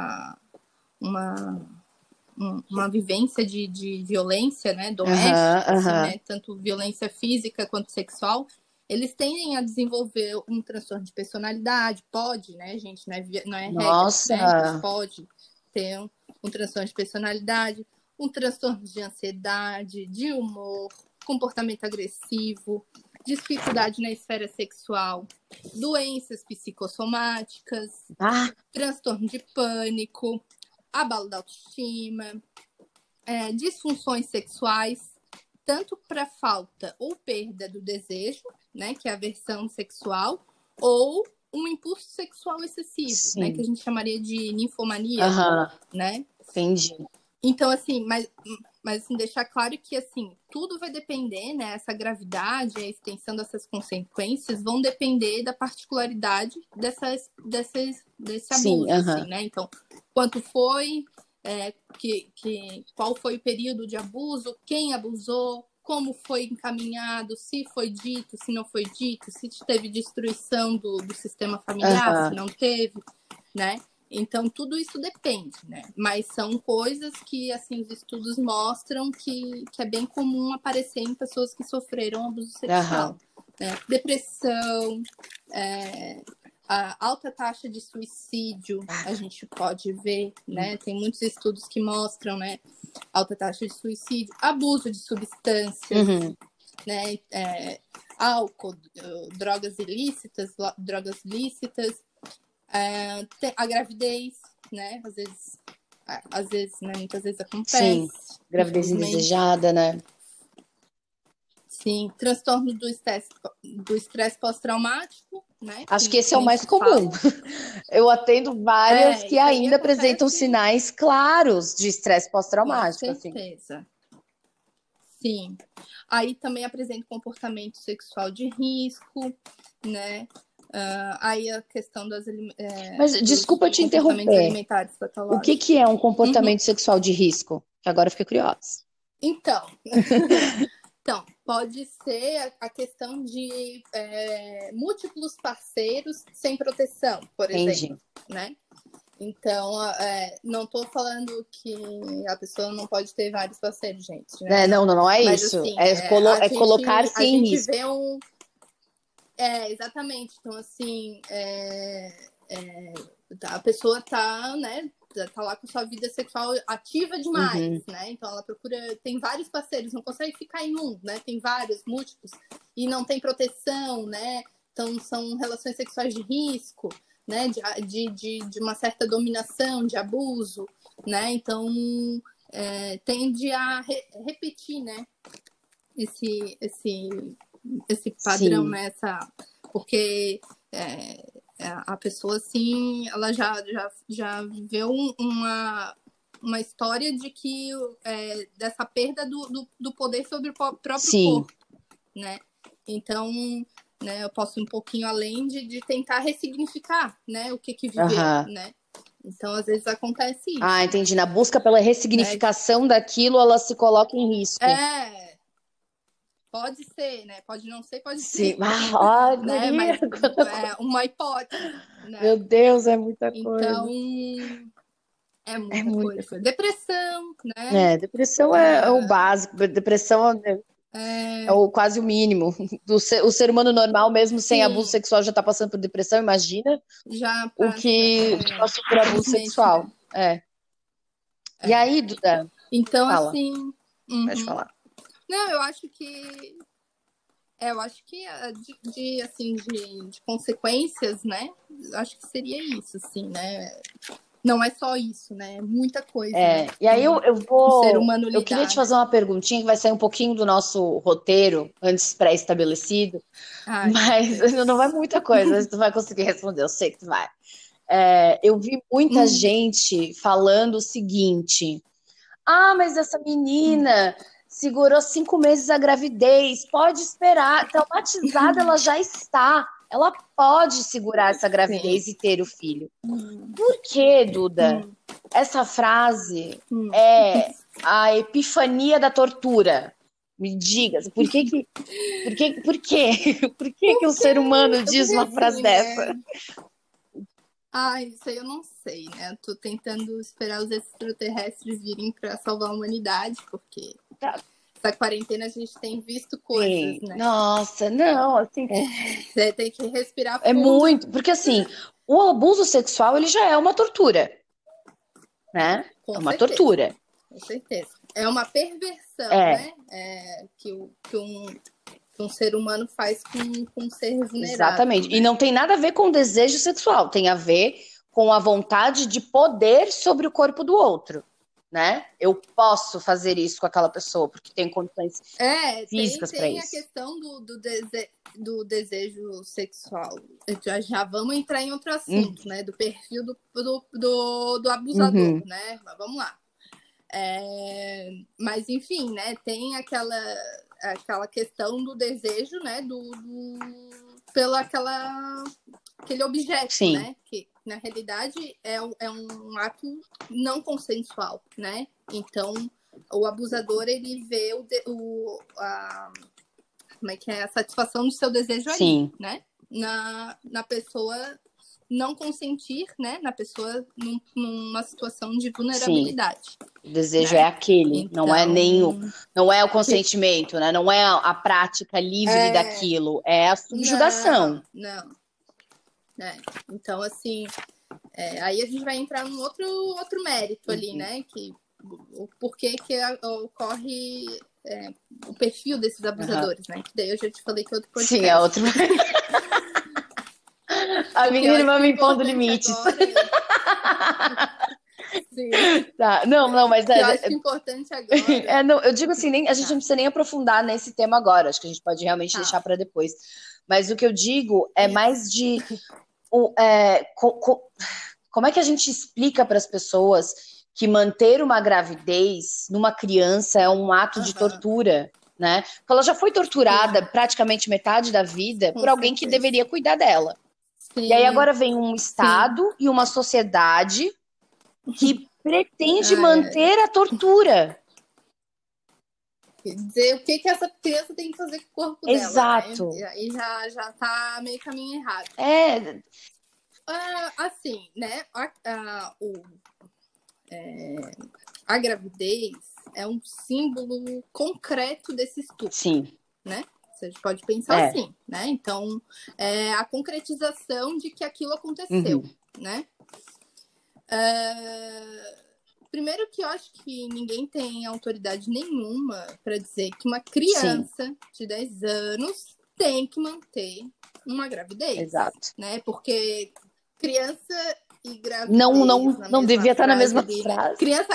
uma vivência de violência, né? Doméstica, assim, né? Tanto violência física quanto sexual, eles tendem a desenvolver um transtorno de personalidade. Pode, né, gente? Não é regra, né? Pode ter um transtorno de personalidade, um transtorno de ansiedade, de humor, comportamento agressivo, dificuldade na esfera sexual, doenças psicossomáticas, transtorno de pânico, abalo da autoestima, disfunções sexuais, tanto para falta ou perda do desejo, né, que é a aversão sexual, ou um impulso sexual excessivo, né, que a gente chamaria de ninfomania, né? Entendi. Então, assim, mas assim, deixar claro que, assim, tudo vai depender, né, essa gravidade, a extensão dessas consequências vão depender da particularidade desse abuso, assim, né? Então, quanto foi, qual foi o período de abuso, quem abusou, como foi encaminhado, se foi dito, se não foi dito, se teve destruição do sistema familiar, se não teve, né? Então, tudo isso depende, né? Mas são coisas que, assim, os estudos mostram que é bem comum aparecer em pessoas que sofreram abuso sexual. Né? Depressão, A alta taxa de suicídio, a gente pode ver, né? Tem muitos estudos que mostram, né? Alta taxa de suicídio, abuso de substâncias, né? Álcool, drogas ilícitas, a gravidez, né? Às vezes, né? Muitas vezes acontece. Sim, gravidez indesejada, né? Sim, transtorno do estresse pós-traumático, né? Acho que esse é o mais comum. Eu atendo várias que ainda apresentam sinais claros de estresse pós-traumático. Com certeza. Assim. Sim. Aí também apresenta comportamento sexual de risco, né? Aí a questão das Mas desculpa te interromper. O que é um comportamento sexual de risco? Que agora eu fiquei curiosa. Então, pode ser a questão de múltiplos parceiros sem proteção, por exemplo, né? Então, não estou falando que a pessoa não pode ter vários parceiros, gente. Né? Não é mas, isso. Assim, colocar-se em risco. Exatamente. Então, assim, a pessoa tá, né? Tá lá com sua vida sexual ativa demais, né? Então ela procura, tem vários parceiros, não consegue ficar em um, né? Tem vários, múltiplos, e não tem proteção, né? Então são relações sexuais de risco, né? De uma certa dominação, de abuso, né? Então tende a repetir, né? Esse padrão, Sim. né? Porque a pessoa, assim, ela já viveu uma história de que dessa perda do poder sobre o próprio corpo, né? Então, né, eu posso ir um pouquinho além de tentar ressignificar, né, o que viveu, né? Então, às vezes acontece isso. Ah, entendi. Na busca pela ressignificação daquilo, ela se coloca em risco. Pode ser, né? Pode não ser, pode ser. Sim. Né? Mas uma hipótese. Né? Meu Deus, é muita coisa. Então, é muita coisa. Depressão, né? Depressão é o básico. Depressão é quase o mínimo. O ser humano normal, mesmo sem abuso sexual, já está passando por depressão, imagina o que passa por abuso sexual. Né? E aí, Duda? Então, fala. Assim... Pode falar. Não, eu acho que de consequências, né? Acho que seria isso, assim, né? Não é só isso, né? Muita coisa. Né? E aí eu vou. Ser humano lidar, eu queria te fazer uma perguntinha que vai sair um pouquinho do nosso roteiro antes pré-estabelecido. Mas não vai muita coisa, tu vai conseguir responder, eu sei que tu vai. Eu vi muita gente falando o seguinte: mas essa menina segurou 5 meses a gravidez, pode esperar, traumatizada ela já está. Ela pode segurar essa gravidez e ter o filho. Por que, Duda? Essa frase é a epifania da tortura. Me diga, por que um ser humano diz uma frase dessa? Isso aí eu não sei, né? Eu tô tentando esperar os extraterrestres virem para salvar a humanidade, porque essa quarentena a gente tem visto coisas, né? Nossa, não, assim... Você tem que respirar fundo. É muito, porque assim, o abuso sexual, ele já é uma tortura, né? Com uma certeza. Tortura. Com certeza. É uma perversão, né? Que um ser humano faz com um ser vulnerável. Exatamente. Né? E não tem nada a ver com desejo sexual, tem a ver com a vontade de poder sobre o corpo do outro, né? Eu posso fazer isso com aquela pessoa, porque tem condições físicas para isso. Tem a questão do desejo sexual. Já vamos entrar em outro assunto, né? Do perfil do abusador, né? Mas vamos lá. Mas, enfim, né? Tem aquela questão do desejo, né? Pelo aquele objeto, Sim. né? Que, na realidade, é um ato não consensual, né? Então, o abusador, ele vê como é que é? A satisfação do seu desejo ali, né? Na pessoa não consentir, né? Na pessoa numa situação de vulnerabilidade. Sim. O desejo é aquele, então, não é o consentimento, né? Não é a prática livre daquilo, é a subjugação. né? Então, assim, aí a gente vai entrar num outro mérito ali, né? Que o porquê que ocorre o perfil desses abusadores, né? Que daí eu já te falei que é outro podcast. Sim, é outro. A menina vai me impondo limites. Agora... Sim. Tá. Não, mas eu acho que importante agora. Não, eu digo assim, a gente não precisa nem aprofundar nesse tema agora. Acho que a gente pode realmente deixar para depois. Mas o que eu digo é mais de como é que a gente explica para as pessoas que manter uma gravidez numa criança é um ato de tortura, né? Porque ela já foi torturada praticamente metade da vida por alguém que deveria cuidar dela. Sim. E aí agora vem um Estado e uma sociedade que pretende manter a tortura. Dizer o que essa criança tem que fazer com o corpo dela. Exato. Né? E aí já tá meio caminho errado. Assim, né? A gravidez é um símbolo concreto desse estupro. Sim. Né? Você pode pensar assim, né? Então, é a concretização de que aquilo aconteceu, né? Primeiro que eu acho que ninguém tem autoridade nenhuma para dizer que uma criança de 10 anos tem que manter uma gravidez. Exato. Né? Porque criança e gravidez... Não devia estar na mesma frase.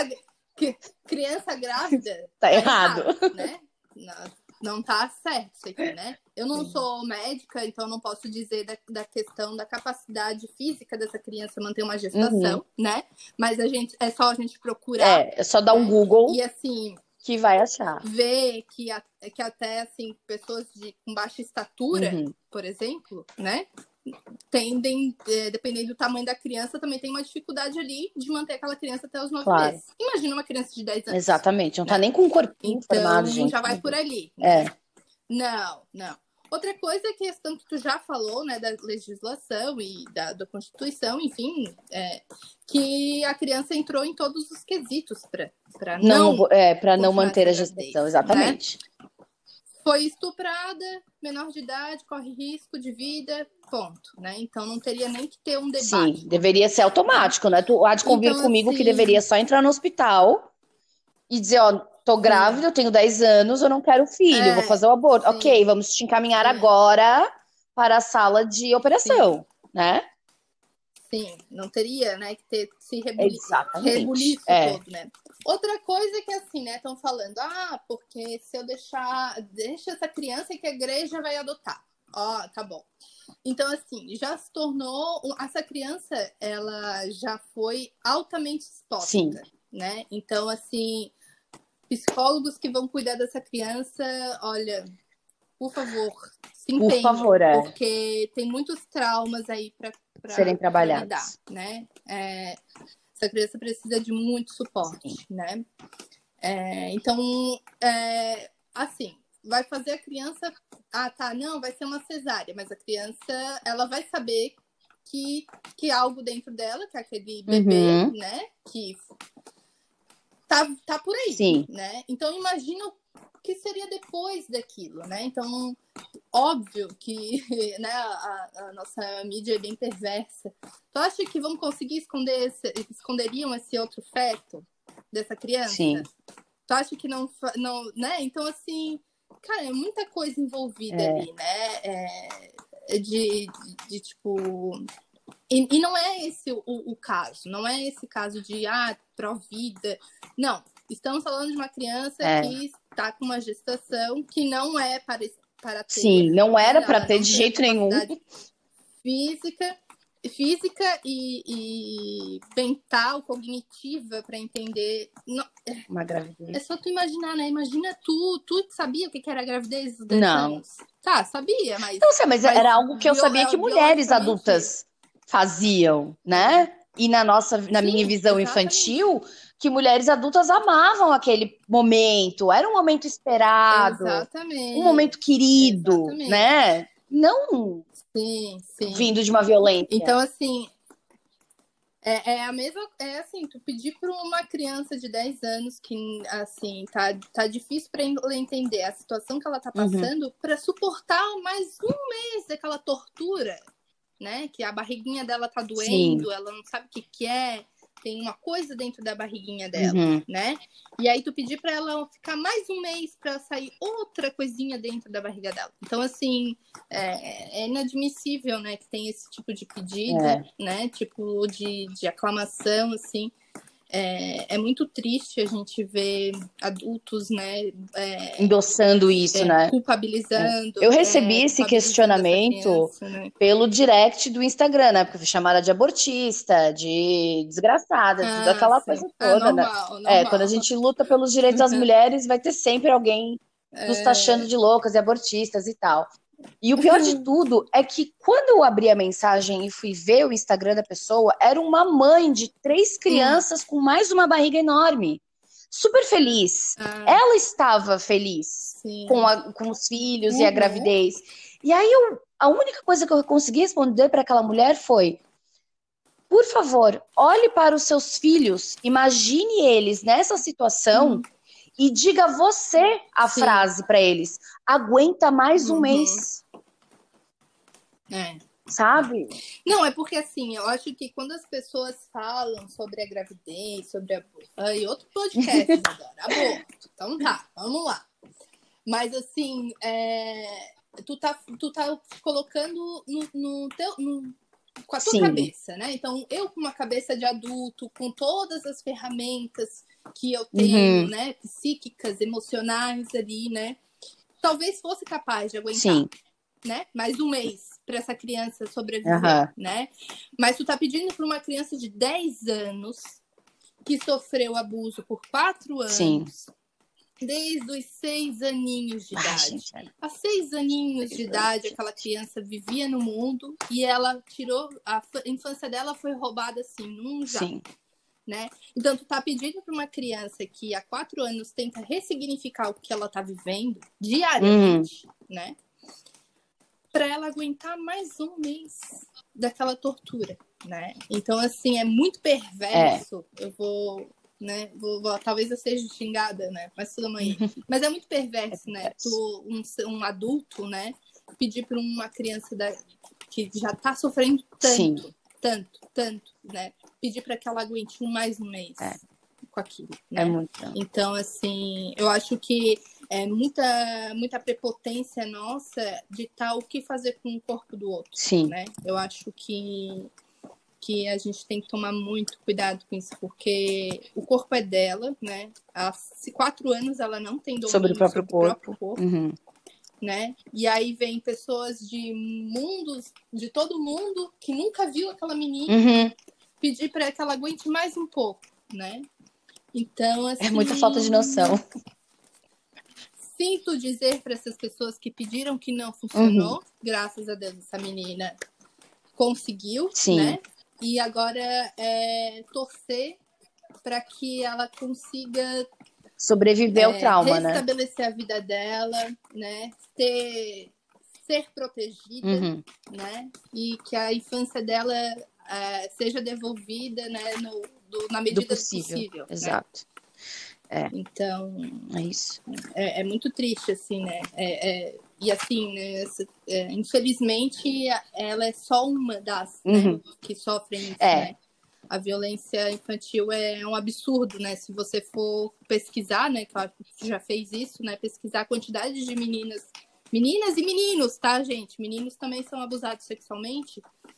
Criança grávida... tá errado. Né? Não tá certo isso aqui, né? Eu não sou médica, então não posso dizer da questão da capacidade física dessa criança manter uma gestação, né? Mas é só a gente procurar. É só dar um Google e, assim, que vai achar. Ver que até, assim, pessoas com baixa estatura, por exemplo, né? Tendem, dependendo do tamanho da criança, também tem uma dificuldade ali de manter aquela criança até os 9 meses. Imagina uma criança de 10 anos. Exatamente, não tá nem com o corpinho formado, gente. Já vai por ali. Né? Não. Outra coisa é a questão que tu já falou, né, da legislação e da Constituição, enfim, que a criança entrou em todos os quesitos para não manter a gestação, exatamente. Né? Foi estuprada, menor de idade, corre risco de vida, ponto, né? Então não teria nem que ter um debate. Sim, deveria ser automático, né? Tu há de convir comigo assim, que deveria só entrar no hospital e dizer, tô grávida, eu tenho 10 anos, eu não quero filho, vou fazer o aborto. Sim. Ok, vamos te encaminhar agora para a sala de operação, né? Sim, não teria, né, que ter se rebuliço todo, né? Outra coisa que, assim, né, estão falando, porque se eu deixa essa criança que a igreja vai adotar. Tá bom. Então, assim, já se tornou, essa criança, ela já foi altamente exposta, Sim. né? Então, assim, psicólogos que vão cuidar dessa criança, olha, por favor, se empenhem. Por favor, porque tem muitos traumas aí para serem trabalhados, lidar, né? Essa criança precisa de muito suporte, Sim. né? Então, assim, vai fazer a criança... não, vai ser uma cesárea, mas a criança, ela vai saber que algo dentro dela, que é aquele bebê, né? Que tá por aí, Sim. né? Então, imagina o que seria depois daquilo, né? Então, óbvio que né, a nossa mídia é bem perversa. Tu acha que vão conseguir esconderiam esse outro feto dessa criança? Sim. Tu acha que não, né? Então, assim, cara, é muita coisa envolvida ali, né? De tipo... E não é esse o caso. Não é esse caso de, pró-vida. Não. Estamos falando de uma criança que está com uma gestação que não é para ter. Sim, não era para ter de jeito nenhum. Física e mental, cognitiva para entender. Não, uma gravidez. É só tu imaginar, né? Imagina tu sabia o que era a gravidez dos 10 anos? Tá, sabia, mas... Não sei, mas era algo que eu sabia que mulheres adultas faziam, né? E na minha visão infantil, que mulheres adultas amavam aquele momento. Era um momento esperado. Exatamente. Um momento querido, Exatamente. Né? Não sim. vindo de uma violência. Então, assim, a mesma... assim, tu pedir para uma criança de 10 anos que, assim, tá difícil para ela entender a situação que ela tá passando, para suportar mais um mês daquela tortura... né? Que a barriguinha dela tá Sim. doendo, ela não sabe o que que é, tem uma coisa dentro da barriguinha dela, né? E aí tu pedir para ela ficar mais um mês para sair outra coisinha dentro da barriga dela. Então, assim, é inadmissível, né? Que tem esse tipo de pedido, né? Tipo de aclamação, assim. É muito triste a gente ver adultos, né, endossando isso, né? culpabilizando. Eu recebi esse questionamento criança, né? pelo direct do Instagram, né? Porque eu fui chamada de abortista, de desgraçada, tudo aquela coisa toda, normal, né? normal. Quando a gente luta pelos direitos das mulheres, vai ter sempre alguém nos taxando de loucas e abortistas e tal. E o pior de tudo é que quando eu abri a mensagem e fui ver o Instagram da pessoa, era uma mãe de 3 crianças com mais uma barriga enorme. Super feliz. Ela estava feliz com os filhos e a gravidez. E aí a única coisa que eu consegui responder para aquela mulher foi: por favor, olhe para os seus filhos, imagine eles nessa situação e diga você a frase para eles: aguenta mais um mês. Sabe? Não, é porque assim, eu acho que quando as pessoas falam sobre a gravidez, sobre aborto, aí outro podcast agora, aborto. Então tá, vamos lá. Mas assim, tu tá colocando com a tua cabeça, né? Então, eu com uma cabeça de adulto, com todas as ferramentas que eu tenho, né? Psíquicas, emocionais ali, né? Talvez fosse capaz de aguentar, né? Mais um mês para essa criança sobreviver, né? Mas tu tá pedindo para uma criança de 10 anos que sofreu abuso por 4 anos, desde os 6 aninhos de idade. Há 6 aninhos de idade, aquela criança vivia no mundo e ela a infância dela foi roubada assim, num jato. Né? Então, tu tá pedindo para uma criança que há 4 anos tenta ressignificar o que ela tá vivendo diariamente, né? Para ela aguentar mais um mês daquela tortura, né? Então, assim, é muito perverso. Eu vou, né? Talvez eu seja xingada, né? Mas tudo bem. Mas é muito perverso, né? Tu, um adulto, né? Pedir para uma criança que já tá sofrendo tanto, né? Pedir para que ela aguente mais um mês com aquilo, né? Então, assim, eu acho que é muita prepotência nossa de o que fazer com o corpo do outro, né? Eu acho que a gente tem que tomar muito cuidado com isso, porque o corpo é dela, né? Há 4 anos ela não tem domínio sobre o próprio corpo. Né? E aí vem pessoas de todo mundo que nunca viu aquela menina pedir para que ela aguente mais um pouco, né? Então, assim, é muita falta de noção. Sinto dizer para essas pessoas que pediram que não funcionou, graças a Deus essa menina conseguiu, né? E agora torcer para que ela consiga sobreviver ao trauma, né? Restabelecer a vida dela, né? Ser protegida, né? E que a infância dela seja devolvida, né? Na medida do possível. Exato. Né? Então, é isso. É muito triste, assim, né? E assim, né? Infelizmente, ela é só uma das né? Que sofrem isso, né? A violência infantil é um absurdo, né? Se você for pesquisar, né? Claro que já fez isso, né? Pesquisar a quantidade de meninas e meninos, tá, gente? Meninos também são abusados sexualmente.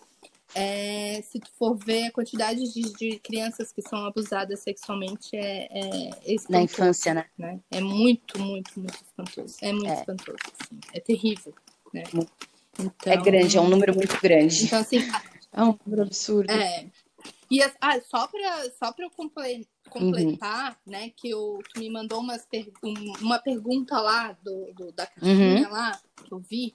Se tu for ver a quantidade de crianças que são abusadas sexualmente espantoso, na infância, né? É muito, muito, muito espantoso. É muito espantoso, assim. É terrível, né? Então, é grande, é um número muito grande. Então, assim... é um número absurdo. E só para eu completar, né, que tu me mandou uma pergunta lá da caixinha lá, que eu vi,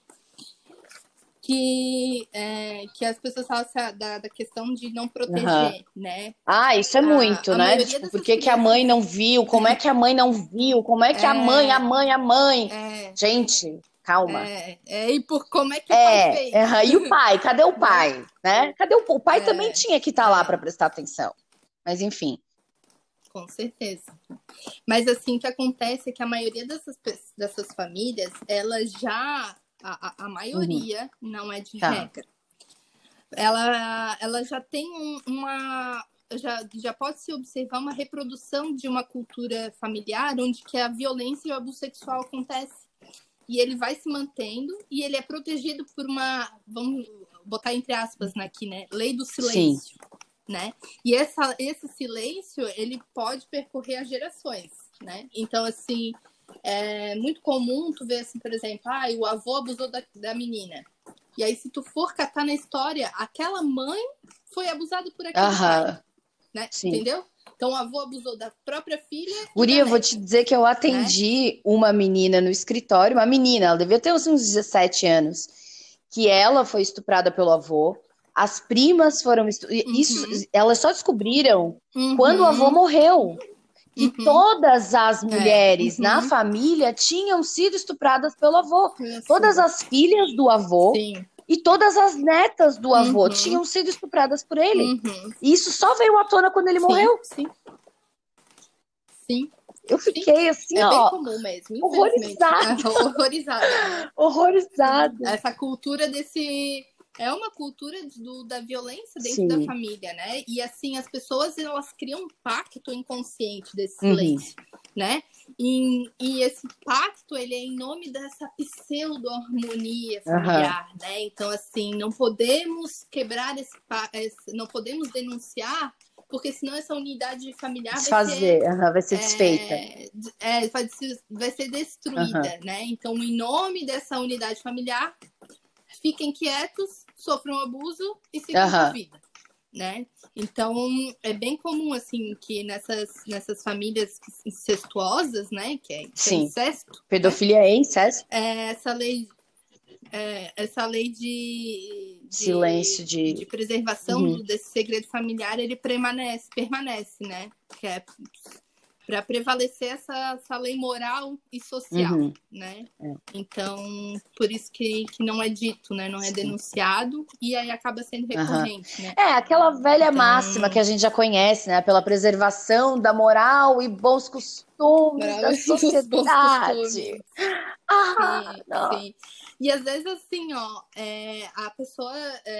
que as pessoas falam da questão de não proteger, né? Isso é muito, né? Tipo, por que a mãe não viu? Como é que a mãe não viu? Como é que a mãe... Gente... Calma. E por como é que o pai fez? E o pai? Cadê o pai? Né? Cadê o pai? Também tinha que estar lá para prestar atenção. Mas, enfim. Com certeza. Mas, assim, o que acontece é que a maioria dessas famílias, elas já... A maioria não é de regra. ela já tem já pode se observar uma reprodução de uma cultura familiar onde que a violência e o abuso sexual acontece. E ele vai se mantendo e ele é protegido por uma, vamos botar entre aspas aqui, né? Lei do silêncio, né? E esse silêncio, ele pode percorrer as gerações, né? Então, assim, é muito comum tu ver, assim, por exemplo, o avô abusou da menina. E aí, se tu for catar na história, aquela mãe foi abusada por aquele pai, né? Entendeu? Então, o avô abusou da própria filha. Guria, eu vou te dizer que eu atendi uma menina no escritório, uma menina, ela devia ter uns 17 anos, que ela foi estuprada pelo avô, as primas foram isso, elas só descobriram quando o avô morreu. E todas as mulheres na família tinham sido estupradas pelo avô. Todas as filhas do avô e todas as netas do avô tinham sido estupradas por ele. E isso só veio à tona quando ele morreu. Sim. Eu fiquei assim, é bem comum mesmo, horrorizada. Horrorizada. Essa cultura é uma cultura da violência dentro da família, né? E assim, as pessoas, elas criam um pacto inconsciente desse silêncio, né? E esse pacto, ele é em nome dessa pseudo-harmonia familiar, né? Então, assim, não podemos quebrar não podemos denunciar, porque senão essa unidade familiar vai ser desfeita. Vai ser destruída, né? Então, em nome dessa unidade familiar, fiquem quietos, sofram abuso e sigam a vida, né? Então, é bem comum, assim, que nessas famílias incestuosas, né? Que é incesto. Pedofilia é incesto. Essa lei de silêncio, de preservação desse segredo familiar, ele permanece, né? Que é para prevalecer essa lei moral e social, né? Então, por isso que não é dito, né? Não é denunciado e aí acaba sendo recorrente, né? Aquela velha máxima que a gente já conhece, né? Pela preservação da moral e bons costumes da sociedade. Sim. E às vezes, assim, a pessoa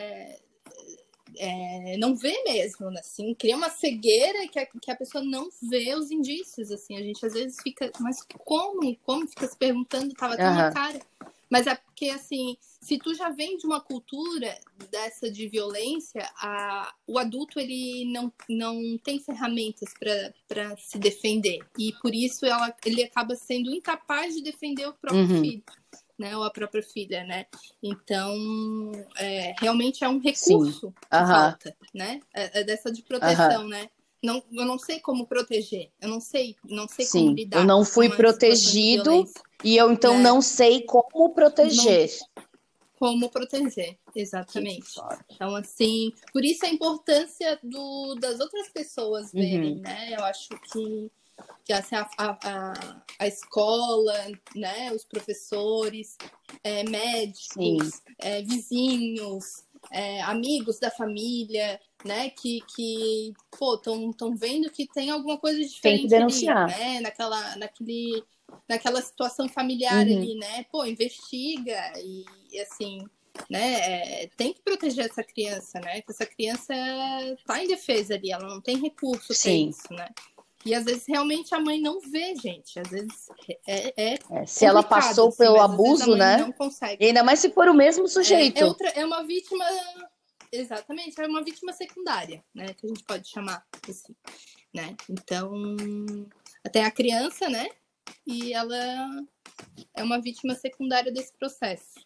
não vê mesmo, assim, cria uma cegueira que a pessoa não vê os indícios, assim, a gente às vezes fica, mas como fica se perguntando, tava tão na cara, mas é porque, assim, se tu já vem de uma cultura dessa de violência, o adulto, ele não tem ferramentas para se defender, e por isso ele acaba sendo incapaz de defender o próprio filho, né, ou a própria filha, né? Então, realmente é um recurso que falta, né? É dessa de proteção, né? Eu não sei como proteger, eu não sei como lidar. Eu não fui protegido e eu então não sei como proteger. Como proteger, exatamente. Então, assim, por isso a importância das outras pessoas verem, né? Eu acho que assim, a escola, né, os professores, médicos, vizinhos, amigos da família, né, que estão vendo que tem alguma coisa diferente, tem que denunciar ali, né, naquela situação familiar ali, né, investiga e assim, né, tem que proteger essa criança, né, que essa criança tá indefesa ali, ela não tem recurso para isso, né. E às vezes realmente a mãe não vê, gente. Às vezes se ela passou assim, pelo abuso, né? Não consegue. E ainda mais se for o mesmo sujeito. É uma vítima. Exatamente, é uma vítima secundária, né? Que a gente pode chamar assim, né? Então, até a criança, né? E ela é uma vítima secundária desse processo.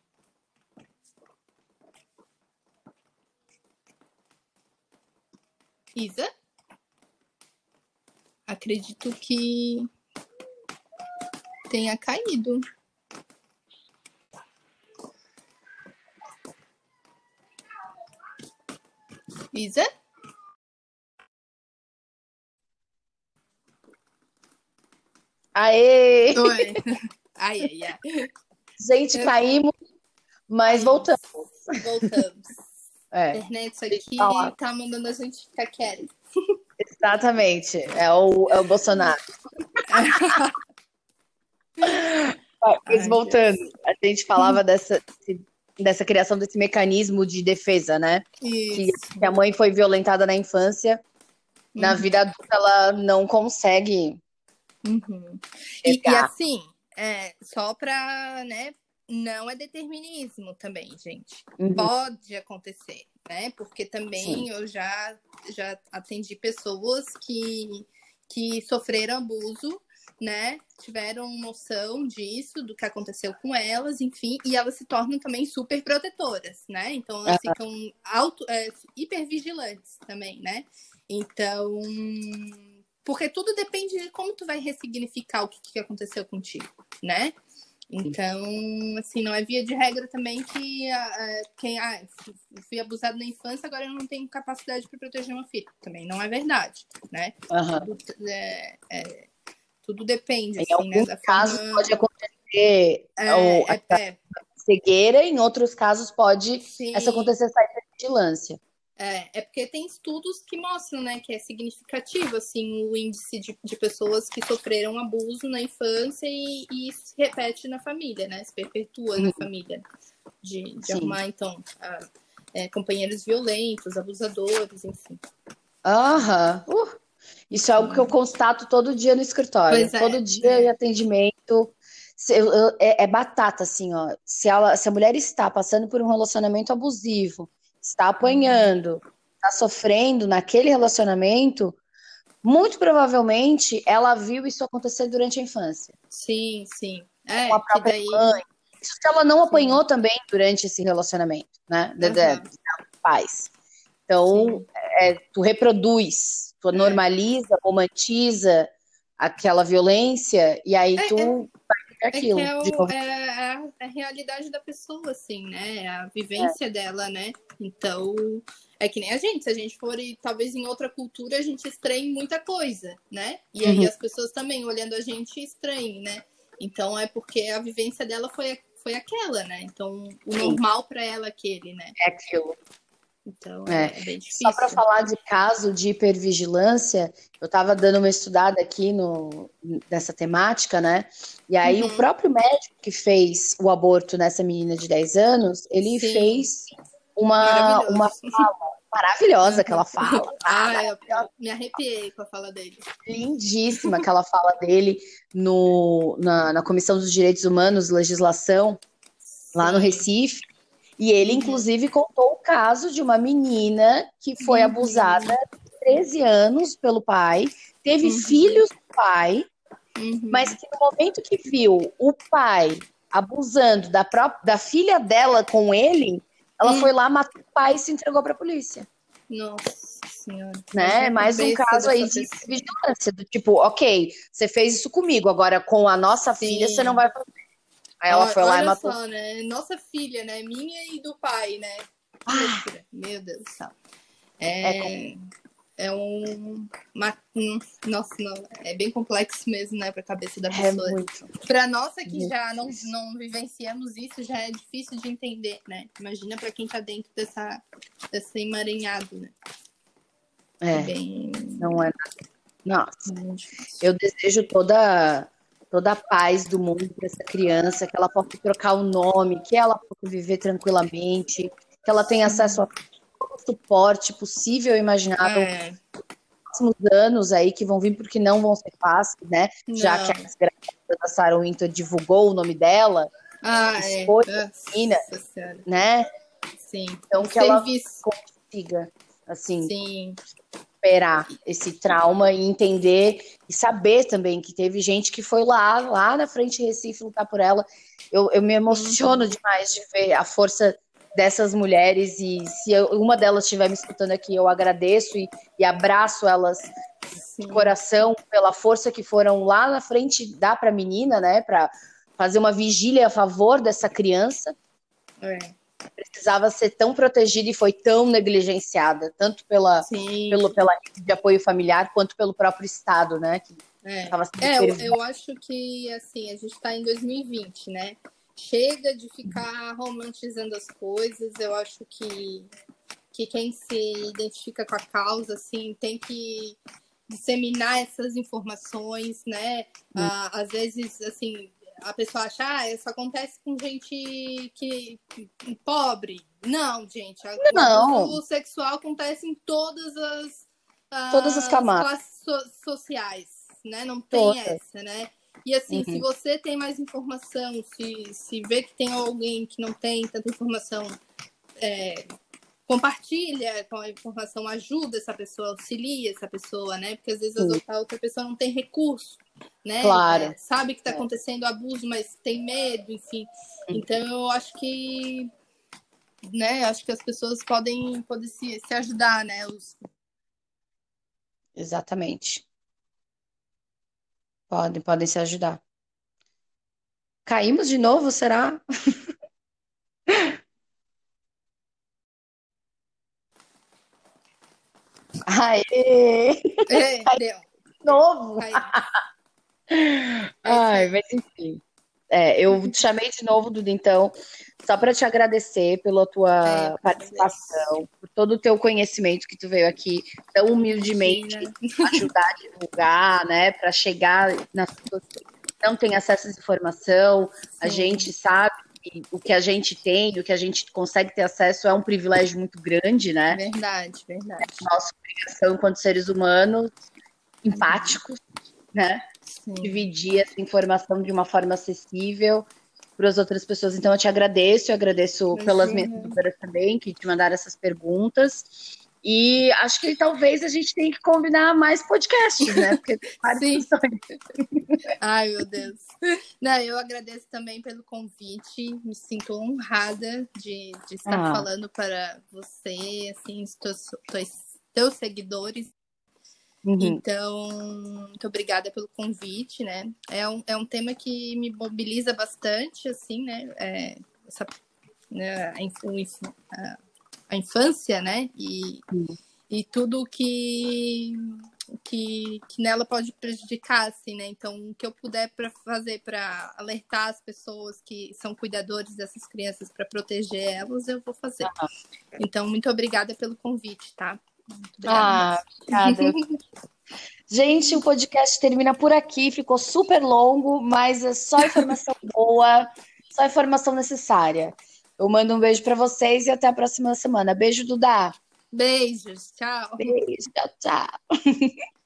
Isa? Acredito que tenha caído. Isa? Aê! Oi. Ai. Gente, caímos, mas voltamos. A internet aqui tá mandando a gente ficar quieto. Exatamente. É o Bolsonaro. Mas voltando, a gente falava desse dessa criação desse mecanismo de defesa, né? Isso. Que a mãe foi violentada na infância, na vida adulta ela não consegue. E assim, só para, né? Não é determinismo também, gente. Pode acontecer, né? Porque também eu já atendi pessoas que sofreram abuso, né? Tiveram noção disso, do que aconteceu com elas, enfim, e elas se tornam também super protetoras, né? Então elas ficam hipervigilantes também, né? Então, porque tudo depende de como tu vai ressignificar o que aconteceu contigo, né? Então, assim, não é via de regra também que quem fui abusado na infância, agora eu não tenho capacidade para proteger uma filha. Também não é verdade, né? Tudo depende, em assim, né? alguns casos pode acontecer cegueira, em outros casos pode acontecer essa hipervigilância. É porque tem estudos que mostram, né, que é significativo, assim, o índice de pessoas que sofreram abuso na infância e isso se repete na família, né, se perpetua na família, de arrumar, então, companheiros violentos, abusadores, enfim. Isso é algo que eu constato todo dia no escritório, todo dia em atendimento. É batata, assim, ó. Se a mulher está passando por um relacionamento abusivo, está apanhando, está sofrendo naquele relacionamento, muito provavelmente ela viu isso acontecer durante a infância. Sim. Com a própria mãe. Isso se ela não apanhou também durante esse relacionamento, né? Dos pais. Então, tu reproduz, tu normaliza, romantiza aquela violência e aí tu vai aquilo. É a realidade da pessoa, assim, né? A vivência dela, né? Então, é que nem a gente. Se a gente for, talvez, em outra cultura, a gente estranhe muita coisa, né? E aí as pessoas também, olhando a gente, estranhem, né? Então, é porque a vivência dela foi aquela, né? Então, o normal para ela é aquele, né? É aquilo. Então, é bem difícil. Só para falar de caso de hipervigilância, eu estava dando uma estudada aqui nessa temática, né? E aí o próprio médico que fez o aborto nessa menina de 10 anos, ele fez uma fala maravilhosa que ela fala. Eu me arrepiei com a fala dele. Lindíssima aquela fala dele na Comissão dos Direitos Humanos, Legislação, lá no Recife. E ele, inclusive, contou o caso de uma menina que foi abusada de 13 anos pelo pai, teve filhos do pai, mas que no momento que viu o pai abusando da filha dela com ele, ela foi lá, matou o pai e se entregou para a polícia. Nossa Senhora. Né? Mais um caso aí de vigilância, do tipo, ok, você fez isso comigo, agora com a nossa filha você não vai fazer. Aí ela foi lá e matou. Olha só, né? Nossa filha, né? Minha e do pai, né? Meu Deus do céu. Nossa, não, é bem complexo mesmo, né? Pra cabeça da pessoa. Pra nós que já não vivenciamos isso, já é difícil de entender, né? Imagina pra quem tá dentro desse emaranhado, né? Não é nada. Nossa, eu desejo toda a paz do mundo para essa criança, que ela possa trocar o nome, que ela possa viver tranquilamente, que ela tenha acesso a todo o suporte possível e imaginável nos próximos anos aí que vão vir, porque não vão ser fáceis, né? Já que a desgraçada da Sarah Winter divulgou o nome dela, expôs a menina, né? Sim. Então que ela consiga, assim, superar esse trauma e entender e saber também que teve gente que foi lá na frente de Recife lutar por ela. Eu me emociono demais de ver a força dessas mulheres e se uma delas estiver me escutando aqui, eu agradeço e abraço elas de coração pela força que foram lá na frente dar para a menina, né, para fazer uma vigília a favor dessa criança. Precisava ser tão protegida e foi tão negligenciada, tanto pela rede de apoio familiar quanto pelo próprio Estado, né? Eu acho que, assim, a gente está em 2020, né? Chega de ficar romantizando as coisas. Eu acho que quem se identifica com a causa, assim, tem que disseminar essas informações, né? Às vezes, assim, a pessoa acha, isso acontece com gente que pobre. Não, gente. O abuso sexual acontece em todas as camadas. classes sociais, né? Não tem essa, né? E assim, se você tem mais informação, se vê que tem alguém que não tem tanta informação, compartilha com a informação, ajuda essa pessoa, auxilia essa pessoa, né? Porque às vezes a outra pessoa não tem recurso, né? Claro. Sabe que está acontecendo abuso, mas tem medo, enfim. Então eu acho que, né? Acho que as pessoas podem se ajudar, né? Exatamente. Podem se ajudar. Caímos de novo, será? Aê! Deu. Novo! Ai, mas enfim. Eu te chamei de novo, Duda, então, só para te agradecer pela tua participação, por todo o teu conhecimento que tu veio aqui tão humildemente ajudar a divulgar, né, para chegar nas pessoas que não têm acesso à informação. A gente sabe que o que a gente tem, o que a gente consegue ter acesso é um privilégio muito grande, né? Verdade. É nossa obrigação enquanto seres humanos empáticos, né? Dividir essa informação de uma forma acessível para as outras pessoas. Então, eu agradeço pelas minhas seguidoras também, que te mandaram essas perguntas. E acho que talvez a gente tenha que combinar mais podcasts, né? Porque Sim. Ai, meu Deus. Não, eu agradeço também pelo convite. Me sinto honrada de estar falando para você, assim, teus seguidores. Então, muito obrigada pelo convite, né? É um tema que me mobiliza bastante, assim, né? A infância, né? E tudo que nela pode prejudicar, assim, né? Então, o que eu puder fazer para alertar as pessoas que são cuidadores dessas crianças para proteger elas, eu vou fazer. Então, muito obrigada pelo convite, tá? Muito obrigada. Obrigada. Gente, o podcast termina por aqui, ficou super longo, mas é só informação boa, só informação necessária. Eu mando um beijo para vocês e até a próxima semana. Beijo, Duda. Beijos, tchau. Beijo, tchau.